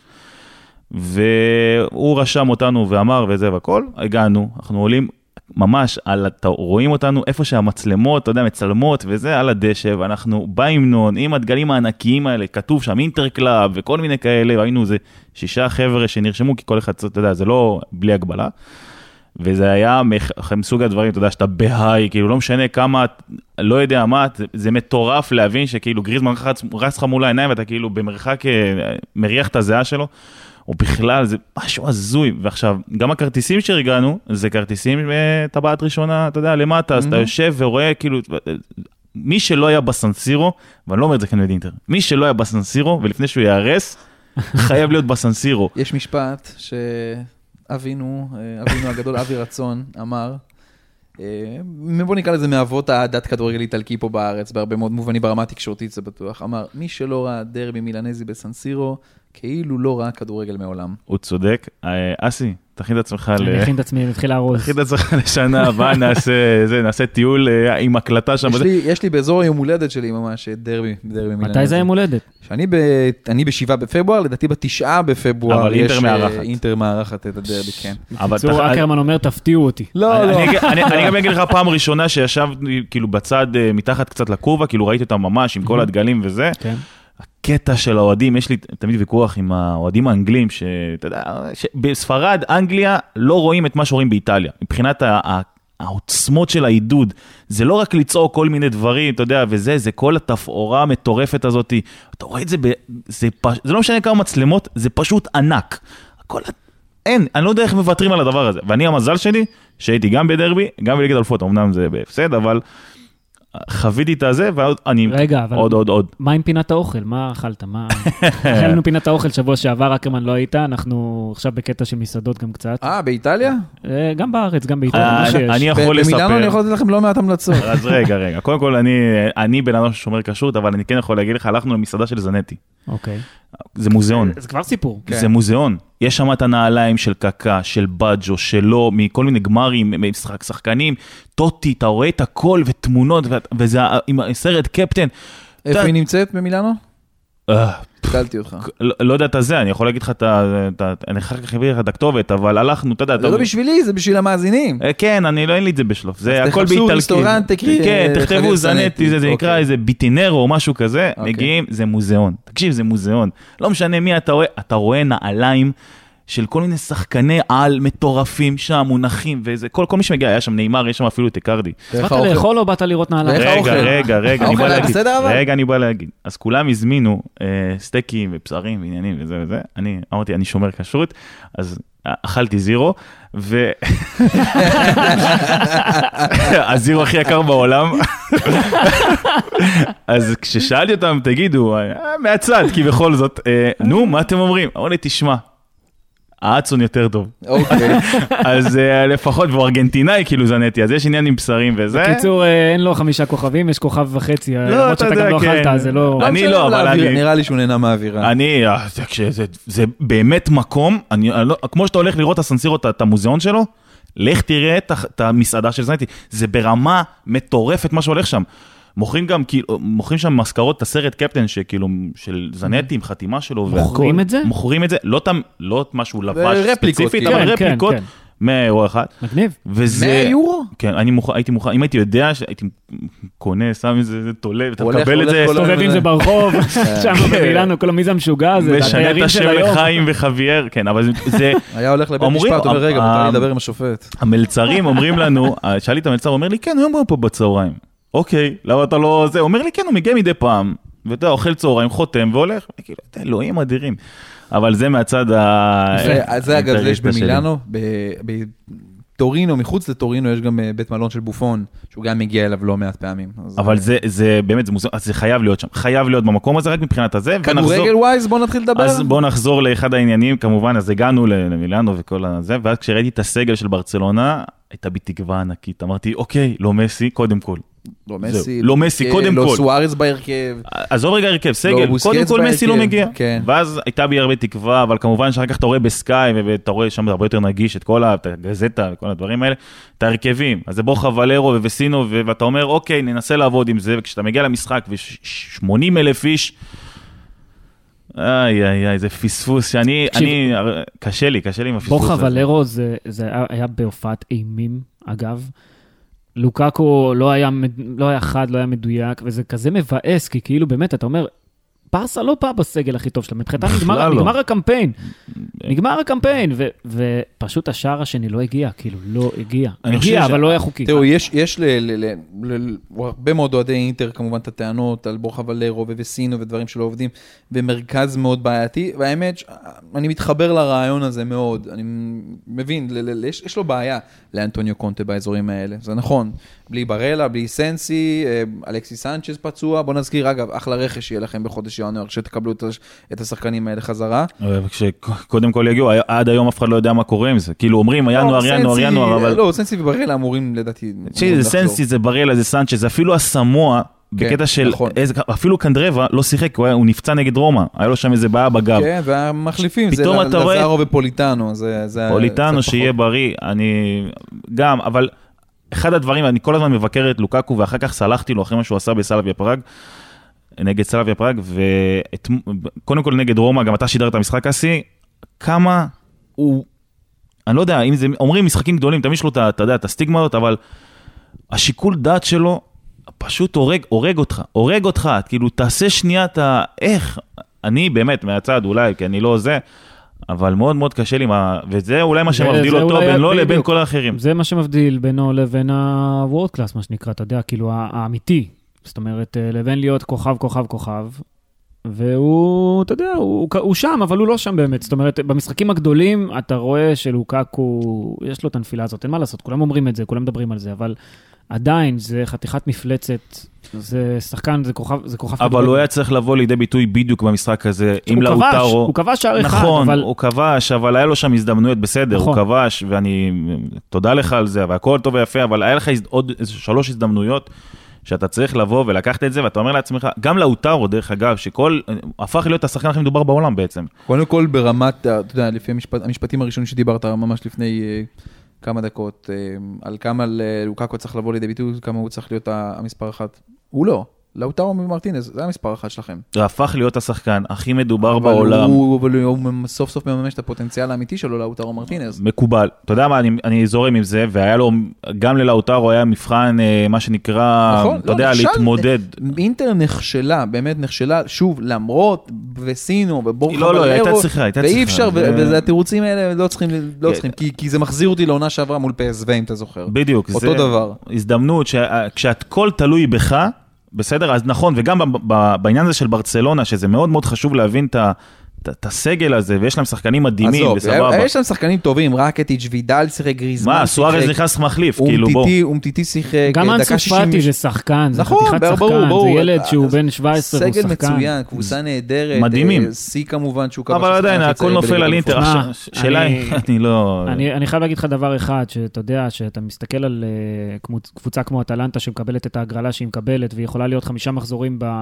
והוא רשם אותנו ואמר וזה והכל, הגענו, אנחנו עולים ממש, על, רואים אותנו איפה שהמצלמות, אתה יודע, מצלמות וזה, על הדשא, ואנחנו בהמנון, עם הדגלים הענקיים האלה, כתוב שם אינטר קלאב וכל מיני כאלה, והיינו איזה שישה חבר'ה שנרשמו, כי כל אחד, אתה יודע, זה לא בלי הגבלה, וזה היה מסוג הדברים, אתה יודע, שאתה בהיי, כאילו לא משנה כמה, לא יודע מה, זה, זה מטורף להבין שכאילו גריזמן רץ לך מול העיניים, ואתה כאילו במרחק מריח את הזיעה שלו, או בכלל, זה משהו הזוי, ועכשיו, גם הכרטיסים שהרגענו, זה כרטיסים טבעת ראשונה, אתה יודע, למטה, אז אתה יושב ורואה, כאילו, מי שלא היה בסנסירו, ואני לא אומר את זה כאן בדינטר, מי שלא היה בסנסירו, ולפני שהוא יערס, חייב להיות בסנסירו. יש משפט שאבינו, אבינו הגדול, אבי רצון, אמר, בוא נקרא לזה מאבות העדת כדורגל איטלקי פה בארץ, בהרבה מאוד מובנים ברמה התקשורתית זה בטוח, אמר, מי שלא ראה דרבי מילאנזי בסנסירו, כאילו לא ראה כדורגל מעולם. הוא צודק. אסי, תכין את עצמך ל... אני אכין את עצמי, נתחיל להרוס. תכין את עצמך לשנה הבאה, נעשה טיול עם הקלטה שם. יש לי באזור היום הולדת שלי ממש דרבי, דרבי מילאנזי. מתי זה היום הולדת? אני בשבעה בפברואר, לדעתי בתשעה בפברואר. אבל אינטר מארחת. אינטר מארחת את הדרבי, כן. בקיצור, אקרמן אומר, תפתיעו אותי. לא, לא. אני גם אגיד לך פעם ראשונה שישב כאילו בצד, מתחת קצת לקורבה, כאילו ראיתי אותם ממש עם כל הדגלים וזה. הקטע של האוהדים, יש לי תמיד ויכוח עם האוהדים האנגלים, שאתה יודע, בספרד, אנגליה, לא רואים את מה שרואים באיטליה. מבחינת העוצמות של העידוד, זה לא רק ליצור כל מיני דברים, אתה יודע, וזה, זה כל התפאורה המטורפת הזאת, אתה רואה את זה, זה, פש... זה לא משנה כמה מצלמות, זה פשוט ענק. הכל, אין, אני לא יודע איך מוותרים על הדבר הזה. ואני, המזל שלי, שהייתי גם בדרבי, גם בליגת אלופות, אמנם זה בהפסד, אבל חוויתי את הזה, ואני רגע, אבל עוד, עוד, עוד. מה עם פינת האוכל? מה אכלת? מה... היה לנו פינת האוכל שבוע שעבר, אקרמן לא היית, אנחנו עכשיו בקטע של מסעדות גם קצת. אה, באיטליה? גם בארץ, גם באיטליה, מה שיש. אני יכול לספר. במילאנו אני יכול לתת לכם לא מעט המלצות. אז רגע, רגע. קודם כל, אני בן אדם ששומר כשרות, אבל אני כן יכול להגיד לך, הלכנו למסעדה של זנטי. אוקיי. זה מוזיאון. זה כבר סיפור. זה מוזיאון. יש שם את הנעליים של קקה, של בג'ו, שלו, מכל מיני גמרים, משחק שחקנים, טוטי, אתה רואה את הכל ותמונות, וזה עם סרט קפטן. איפה היא נמצאת במילאנו? תקלתי אותך. לא יודע את הזה, אני יכול להגיד לך, אני אחר כך אביא לך את הכתובת, אבל הלכנו, אתה יודע. זה לא בשבילי, זה בשביל המאזינים. כן, אני לא אין לי את זה בשלוף. זה הכל באיטלקי. כן, תכתבו זנטי, זה נקרא איזה ביטינרו או משהו כזה, מגיעים, זה מוזיאון. תקשיב, זה מוזיאון. לא משנה מי אתה רואה, אתה רואה נעליים של כל מיני שחקני על מטורפים שם, מונחים, וזה, כל, כל מי שמגיע, היה שם נאמר, יש שם אפילו את הקרדי. באת לאכול או באת לראות נעליים? רגע, רגע, רגע, אני בא להגיד. רגע, אני בא להגיד. אז כולם הזמינו אה, סטייקים ובשרים ועניינים וזה וזה. אני אמרתי, אני שומר כשרות, אז אכלתי זירו, ו... הזירו הכי יקר בעולם. אז כששאלתי אותם, תגידו, מהצד, כי בכל זאת, אה, נו, מה אתם אומרים? אמרו לי, תשמע. האצון יותר טוב. אוקיי. אז לפחות, והוא ארגנטינאי כאילו זנטי, אז יש עניין עם בשרים וזה. בקיצור, אין לו חמישה כוכבים, יש כוכב וחצי. לא, אתה יודע, כן. לא אכלת, זה לא... אני לא, אבל אני... נראה לי שהוא נהנה מהאווירה. אני, זה באמת מקום, כמו שאתה הולך לראות הסנסירות, את המוזיאון שלו, לך תראה את המסעדה של זנטי. זה ברמה מטורפת מה שהולך שם. מוכרים גם, כאילו, מוכרים שם מזכרות, את הסרט קפטן שכאילו, של זנטי עם חתימה שלו. מוכרים את זה? מוכרים את זה, לא לא משהו לבש ספציפית, אבל כן, רפליקות, כן, כן. מאה אירו אחד. מגניב. וזה, מאה יורו? כן, אני מוכר, הייתי מוכר, אם הייתי יודע שהייתי קונה, שם איזה תולה, ואתה מקבל את זה. סובב עם זה ברחוב, שם במילאנו, כל המיזם משוגע, זה משנה את השם לחיים וחווייר, כן, אבל זה... היה הולך לבית משפט, אומר רגע, מותר לי לדבר עם השופט. המלצרים אומרים לנו, שאלי את המלצר, אומר לי, כן, הוא פה בצהריים. אוקיי, למה אתה לא... זה, אומר לי, כן, הוא מגיע מדי פעם, ואתה אוכל צהריים, חותם והולך, וכאילו, אתה אלוהים אדירים. אבל זה מהצד ה... זה אגב, זה יש במילאנו, בטורינו, מחוץ לטורינו, יש גם בית מלון של בופון, שהוא גם מגיע אליו לא מעט פעמים. אבל זה באמת, זה חייב להיות שם, חייב להיות במקום הזה, רק מבחינת הזה. כדורגל ווייז, בוא נתחיל לדבר. אז בוא נחזור לאחד העניינים, כמובן, אז הגענו למילאנו וכל הזה, ואז כשראיתי את הסגל של ברצלונה, הייתה בי תקווה ענקית, אמרתי, אוקיי, לא מסי, קודם כל. לא מסי, לא מסי, קודם כל. לא סוארז בהרכב. עזוב רגע הרכב, סגל, קודם כל מסי לא מגיע. ואז הייתה בי הרבה תקווה, אבל כמובן שאחר כך אתה רואה בסקאי, ואתה רואה שם הרבה יותר נגיש את כל הגזטה וכל הדברים האלה, את ההרכבים. אז זה בורחה ולרו ווסינו, ואתה אומר, אוקיי, ננסה לעבוד עם זה, וכשאתה מגיע למשחק, ו-שמונים אלף איש, איי, איי, איי, זה פספוס שאני, אני, קשה לי, קשה לי עם הפספוס. בורחה ולרו זה היה בהופעת אימים, אגב. לוקאקו לא היה, לא היה חד, לא היה מדויק, וזה כזה מבאס, כי כאילו באמת, אתה אומר, פרסה לא בא בסגל הכי טוב שלה, מבחינתה נגמר, לא. נגמר הקמפיין, נגמר הקמפיין, ו, ופשוט השער השני לא הגיע, כאילו לא הגיע, הגיע, אבל ש... לא היה חוקי. תראו, יש, יש ל, ל, ל, ל, הרבה מאוד אוהדי אינטר, כמובן את הטענות על בורחה ולרו ווסינו ודברים שלא עובדים, במרכז מאוד בעייתי, והאמת, אני מתחבר לרעיון הזה מאוד, אני מבין, ל, ל, יש, יש לו בעיה לאנטוניו קונטה באזורים האלה, זה נכון, בלי ברלה, בלי סנסי, אלכסי סנצ'ז פצוע, בוא נזכיר, אגב, אחלה רכש יהיה לכם בחודש ינואר, שתקבלו את השחקנים האלה חזרה. כשקודם כל יגיעו, עד היום אף אחד לא יודע מה קורה עם זה, כאילו אומרים, ינואר, ינואר, ינואר, אבל... לא, סנסי וברלה אמורים לדעתי... סנסי זה ברלה, זה סנצ'ז, זה אפילו הסמואה, בקטע של, אפילו קנדרבה לא שיחק, הוא נפצע נגד רומא, היה לו שם איזה בעיה בגב. כן, והמחליפים, זה לזארו ופוליטנו. פוליטנו שיהיה בריא, אני גם, אבל אחד הדברים, אני כל הזמן מבקר את לוקאקו, ואחר כך סלחתי לו אחרי מה שהוא עשה בסלאביה פראג, נגד סלאביה פראג, וקודם כל נגד רומא, גם אתה שידר את המשחק עשי, כמה הוא, אני לא יודע, אם זה, אומרים משחקים גדולים, תמיד יש לו את הסטיגמה הזאת, אבל השיקול דעת שלו, פשוט הורג, הורג אותך, הורג אותך, כאילו, תעשה שנייה אתה, איך, אני באמת, מהצד אולי, כי אני לא זה, אבל מאוד מאוד קשה לי, וזה אולי מה שמבדיל אותו בינו לבין כל האחרים. זה מה שמבדיל בינו לבין הוורד קלאס, מה שנקרא, אתה יודע, כאילו, האמיתי, זאת אומרת, לבין להיות כוכב, כוכב, כוכב, והוא, אתה יודע, הוא, הוא שם, אבל הוא לא שם באמת. זאת אומרת, במשחקים הגדולים, אתה רואה שלוקאקו, יש לו את הנפילה הזאת, אין מה לעשות, כולם אומרים את זה, כולם מדברים על זה, אבל עדיין, זה חתיכת מפלצת, זה שחקן, זה כוכב, זה כוכב. אבל הוא היה צריך לבוא לידי ביטוי בדיוק במשחק הזה, עם לאוטרו. הוא כבש שער אחד, נכון, אבל... הוא כבש, אבל היה לו שם הזדמנויות בסדר, הוא כבש, ואני, תודה לך על זה, והכל טוב ויפה, אבל היה לך עוד שלוש הזדמנויות, שאתה צריך לבוא ולקחת את זה, ואתה אומר לעצמך, גם לאוטרו, דרך אגב, שכל, הפך להיות השחקן הכי מדובר בעולם בעצם. קודם כל ברמת, אתה יודע, לפי המשפט, המשפטים הראשונים שדיברת ממש לפני כמה דקות, על כמה לוקאקו צריך לבוא לידי ביטוי, כמה הוא צריך להיות המספר אחת. הוא לא. לאוטרו מרטינז, זה המספר אחת שלכם. זה הפך להיות השחקן הכי מדובר בעולם. אבל הוא סוף סוף מממש את הפוטנציאל האמיתי שלו, לאוטרו מרטינז. מקובל. אתה יודע מה, אני זורם עם זה, והיה לו, גם ללאוטרו היה מבחן, מה שנקרא, אתה יודע, להתמודד. אינטר נכשלה, באמת נכשלה, שוב, למרות, וסינו, ובורחה לא, לא, הייתה צריכה, הייתה צריכה. ואי אפשר, וזה התירוצים האלה לא צריכים, לא צריכים, כי זה מחזיר אותי לעונה שעברה מול פי אס וי, אם אתה זוכר. בדיוק. אותו דבר. הזדמנות שכשאת כל תלוי בך, בסדר, אז נכון, וגם בעניין הזה של ברצלונה, שזה מאוד מאוד חשוב להבין את הסגל הזה, ויש להם שחקנים מדהימים, וסבבה. יש להם שחקנים טובים, רקטיץ' וידל שיחק, גריזמן שיחק. מה, סוארז נכנס מחליף, כאילו בוא. אומטיטי שיחק, גם אנסו פאטי זה שחקן, זה חתיכת שחקן, זה ילד שהוא בן שבע עשרה, הוא שחקן. סגל מצוין, קבוצה נהדרת. מדהימים. סי כמובן, שהוא כבש. אבל עדיין, הכל נופל על אינטר. שאלה, אני לא... אני חייב להגיד לך דבר אחד, שאתה יודע, שאתה מסתכל על קבוצה כמו אטלנטה, שמקבלת את ההגרלה שהיא מקבלת, והיא יכולה להיות חמישה מחזורים ב...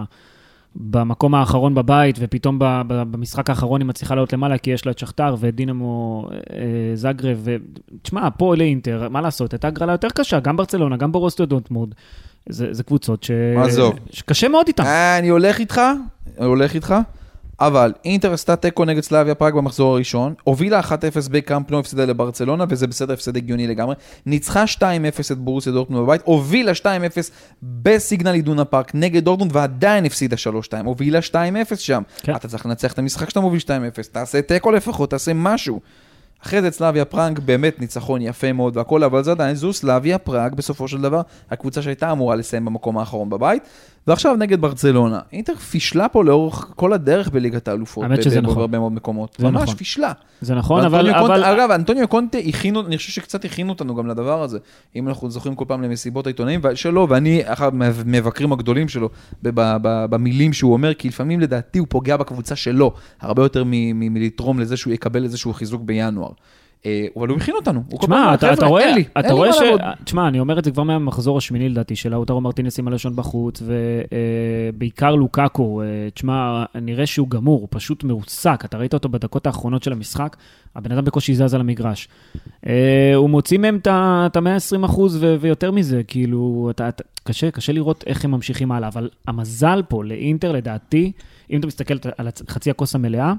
במקום האחרון בבית, ופתאום במשחק האחרון היא מצליחה לעלות למעלה, כי יש לה את שכתר ודינמו זאגרב, ותשמע, פה לאינטר, מה לעשות? הייתה הגרלה יותר קשה, גם ברצלונה, גם ברוסטו דורטמונד, זה קבוצות שקשה מאוד איתן. אני הולך איתך, אני הולך איתך, אבל אינטר עשתה תיקו נגד סלאביה פראג במחזור הראשון, הובילה אחת אפס בקאמפ נו, הפסידה לברצלונה, וזה בסדר, הפסד הגיוני לגמרי, ניצחה שתיים אפס את בורוסיה דורטמונד בבית, הובילה שתיים אפס בסיגנל אידונה פארק נגד דורטמונד, ועדיין הפסידה שלוש שתיים, הובילה שתיים אפס שם. כן. אתה צריך לנצח את המשחק שאתה מוביל שתיים אפס, תעשה תיקו לפחות, תעשה משהו. אחרי זה סלאביה פראג באמת ניצחון יפה מאוד והכל, אבל זה עדיין זו סלאביה פראג בסופו של דבר, הקבוצה שהייתה אמורה לסיים במקום האחרון בבית, ועכשיו נגד ברצלונה. אינטר פישלה פה לאורך כל הדרך בליגת האלופות. האמת שזה נכון. בהרבה מאוד מקומות. זה ממש נכון. פישלה. זה נכון, אבל... אבל... אגב, אנטוניו קונטה הכינו, אני חושב שקצת הכינו אותנו גם לדבר הזה. אם אנחנו זוכרים כל פעם למסיבות העיתונאים שלו, ואני אחד מהמבקרים הגדולים שלו במילים שהוא אומר, כי לפעמים לדעתי הוא פוגע בקבוצה שלו, הרבה יותר מלתרום לזה שהוא יקבל איזשהו חיזוק בינואר. אבל הוא הכין אותנו. תשמע, אתה רואה, אתה רואה ש... תשמע, אני אומר את זה כבר מהמחזור השמיני לדעתי, של לאוטרו מרטינס עם הלשון בחוץ, ובעיקר לוקאקו, תשמע, נראה שהוא גמור, הוא פשוט מעוסק, אתה ראית אותו בדקות האחרונות של המשחק, הבן אדם בקושי זז על המגרש. הוא מוציא מהם את ה-מאה ועשרים אחוז ויותר מזה, כאילו, קשה, קשה לראות איך הם ממשיכים הלאה, אבל המזל פה לאינטר, לדעתי, אם אתה מסתכל על חצי הכוס המלאה,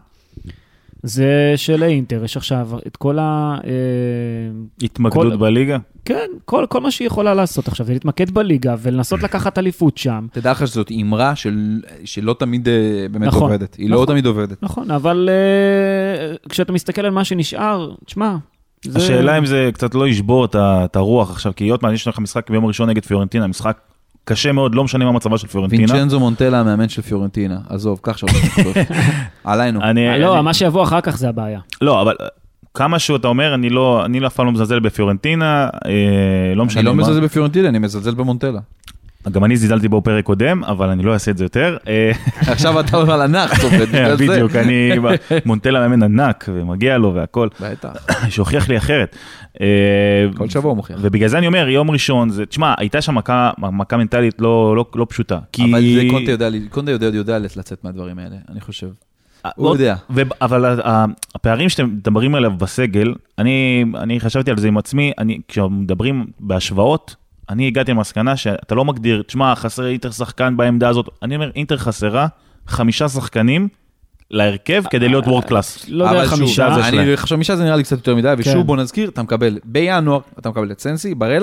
זה של האינטר, יש עכשיו את כל ה... התמקדות כל... בליגה? כן, כל, כל מה שהיא יכולה לעשות עכשיו, זה להתמקד בליגה ולנסות לקחת אליפות שם. תדע לך שזאת אמרה של... שלא תמיד באמת נכון, עובדת, היא נכון, לא תמיד עובדת. נכון, אבל uh, כשאתה מסתכל על מה שנשאר, תשמע... זה... השאלה אם זה קצת לא ישבור את הרוח עכשיו, כי היות מה, יש לך משחק ביום הראשון נגד פיורנטינה, משחק קשה מאוד, לא משנה מה מצבה של פיורנטינה. וינצ'נזו מונטלה, המאמן של פיורנטינה. עזוב, כך שלוש. עלינו. לא, מה שיבוא אחר כך זה הבעיה. לא, אבל כמה שאתה אומר, אני לא, אני אף פעם לא מזלזל בפיורנטינה, לא משנה מה. אני לא מזלזל בפיורנטינה, אני מזלזל במונטלה. גם אני זלזלתי בו פרק קודם, אבל אני לא אעשה את זה יותר. עכשיו אתה אומר על ענק, בדיוק, אני מונטלה מאמן ענק, ומגיע לו והכל. בטח. שהוכיח לי אחרת. כל שבוע הוא מוכיח. ובגלל זה אני אומר, יום ראשון, תשמע, הייתה שם מכה מנטלית לא פשוטה. אבל זה קונטה יודע לצאת מהדברים האלה, אני חושב. הוא יודע. אבל הפערים שאתם מדברים עליו בסגל, אני חשבתי על זה עם עצמי, כשמדברים בהשוואות, אני הגעתי למסקנה שאתה לא מגדיר, תשמע, חסר אינטר שחקן בעמדה הזאת. אני אומר, אינטר חסרה חמישה שחקנים להרכב כדי להיות וורד קלאס. לא יודע, חמישה. חמישה זה נראה לי קצת יותר מדי, ושוב בוא נזכיר, אתה מקבל בינואר, אתה מקבל את סנסי, ברלה,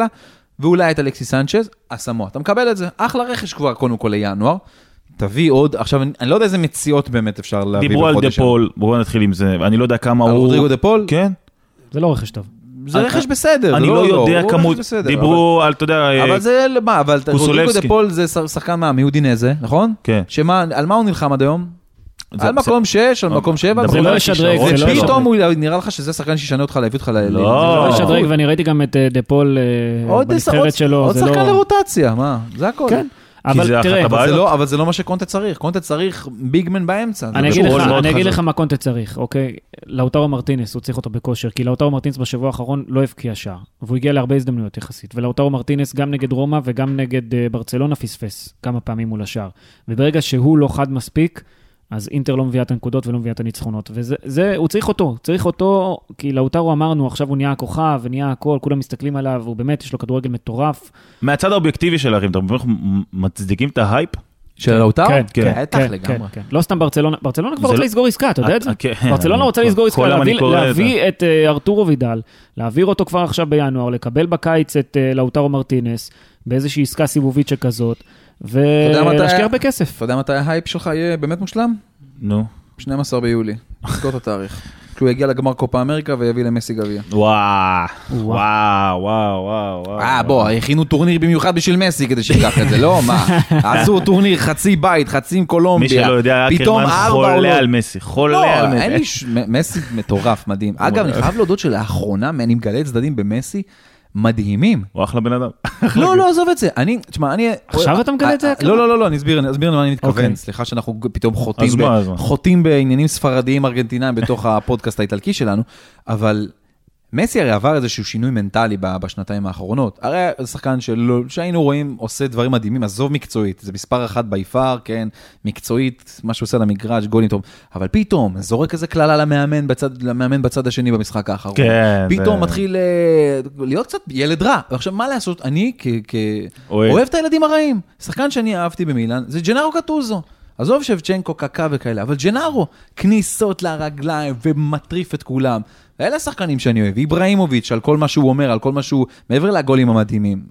ואולי את אלכסיס סנצ'ז, אסמואה. אתה מקבל את זה, אחלה רכש כבר קודם כל לינואר, תביא עוד, עכשיו אני לא יודע איזה מציאות באמת אפשר להביא דיברו על דפול, בואו נתחיל עם זה, אני לא יודע כמה הוא... על רודריגו דפול? כן. זה לא רכש טוב. זה רכש בסדר. אני לא יודע כמות, דיברו על, אתה יודע... אבל זה, מה, אבל רודריגו דפול זה שחקן מה, מיודינזה, נכון? כן. על מה הוא נלחם עד היום? על מקום שש, על מקום שבע, זה לא ישדרג, זה לא פתאום נראה לך שזה שחקן שישנה אותך, להביא אותך ל... זה לא ישדרג, ואני ראיתי גם את דפול בנבחרת שלו. עוד שחקן לרוטציה, מה? זה הכל. כן. אבל תראה, אבל זה לא מה שקונטה צריך, קונטה צריך ביגמן באמצע. אני אגיד לך מה קונטה צריך, אוקיי? לאוטרו מרטינס, הוא צריך אותו בכושר, כי לאוטרו מרטינס בשבוע האחרון לא הבקיע שער, והוא הגיע להרבה הזדמנויות יחסית, ולאוטרו מרטינס גם נגד רומא וגם נגד ברצלונה פספס כמה פעמים מול השער, וברגע שהוא לא חד מספיק, אז אינטר לא מביאה את הנקודות ולא מביאה את הניצחונות, וזה, זה, הוא צריך אותו, צריך אותו, כי לאוטרו אמרנו, עכשיו הוא נהיה הכוכב, ונהיה הכל, כולם מסתכלים עליו, הוא באמת, יש לו כדורגל מטורף. מהצד האובייקטיבי שלכם, אתם מצדיקים את ההייפ? של לאוטרו? כן, כן, כן, כן, כן, כן. לא סתם ברצלונה, ברצלונה כבר רוצה לסגור עסקה, אתה יודע את זה? ברצלונה רוצה לסגור עסקה, להביא את ארתורו וידל, להעביר אותו כבר עכשיו בינואר, לקבל בקיץ את לאוטרו מרטינס, באיזושהי עסקה סיבובית שכזאת, ולהשקיע הרבה כסף. אתה יודע מתי ההייפ שלך יהיה באמת מושלם? נו. שנים עשר ביולי, תזכור את התאריך. כשהוא יגיע לגמר קופה אמריקה ויביא למסי גביע. וואו, וואו, וואו, וואו. אה, בוא, הכינו טורניר במיוחד בשביל מסי כדי שיקח את זה, לא? מה? עשו טורניר חצי בית, חצי עם קולומביה. מי שלא יודע, קרמן חולה על מסי, חולה על מסי. לא, אין לי, מסי מטורף, מדהים. אגב, אני חייב להודות שלאחרונה, אני מגלה צדדים במסי, מדהימים. הוא אחלה בן אדם. לא, לא, עזוב את זה. אני, תשמע, אני... עכשיו אתה מגלה את זה? לא, לא, לא, לא, אני אסביר, אני אסביר למה אני מתכוון. סליחה שאנחנו פתאום חוטאים בעניינים ספרדיים ארגנטינאים בתוך הפודקאסט האיטלקי שלנו, אבל מסי הרי עבר איזשהו שינוי מנטלי בשנתיים האחרונות. הרי זה שחקן שהיינו רואים עושה דברים מדהימים, עזוב מקצועית, זה מספר אחת ביפר, כן, מקצועית, מה שהוא עושה למגרש, גולים טוב, אבל פתאום זורק איזה כללה למאמן בצד, למאמן בצד השני במשחק האחרון. כן, פתאום זה... מתחיל להיות קצת ילד רע. ועכשיו, מה לעשות? אני כאוהב את הילדים הרעים. שחקן שאני אהבתי במילאן, זה ג'נארו קטוזו. עזוב שבצ'נקו, קקה וכאלה, אבל ג'נארו, כניסות לרגליים ומטריף את כולם. ואלה השחקנים שאני אוהב, איברהימוביץ' על כל מה שהוא אומר, על כל מה שהוא, מעבר לגולים המדהימים,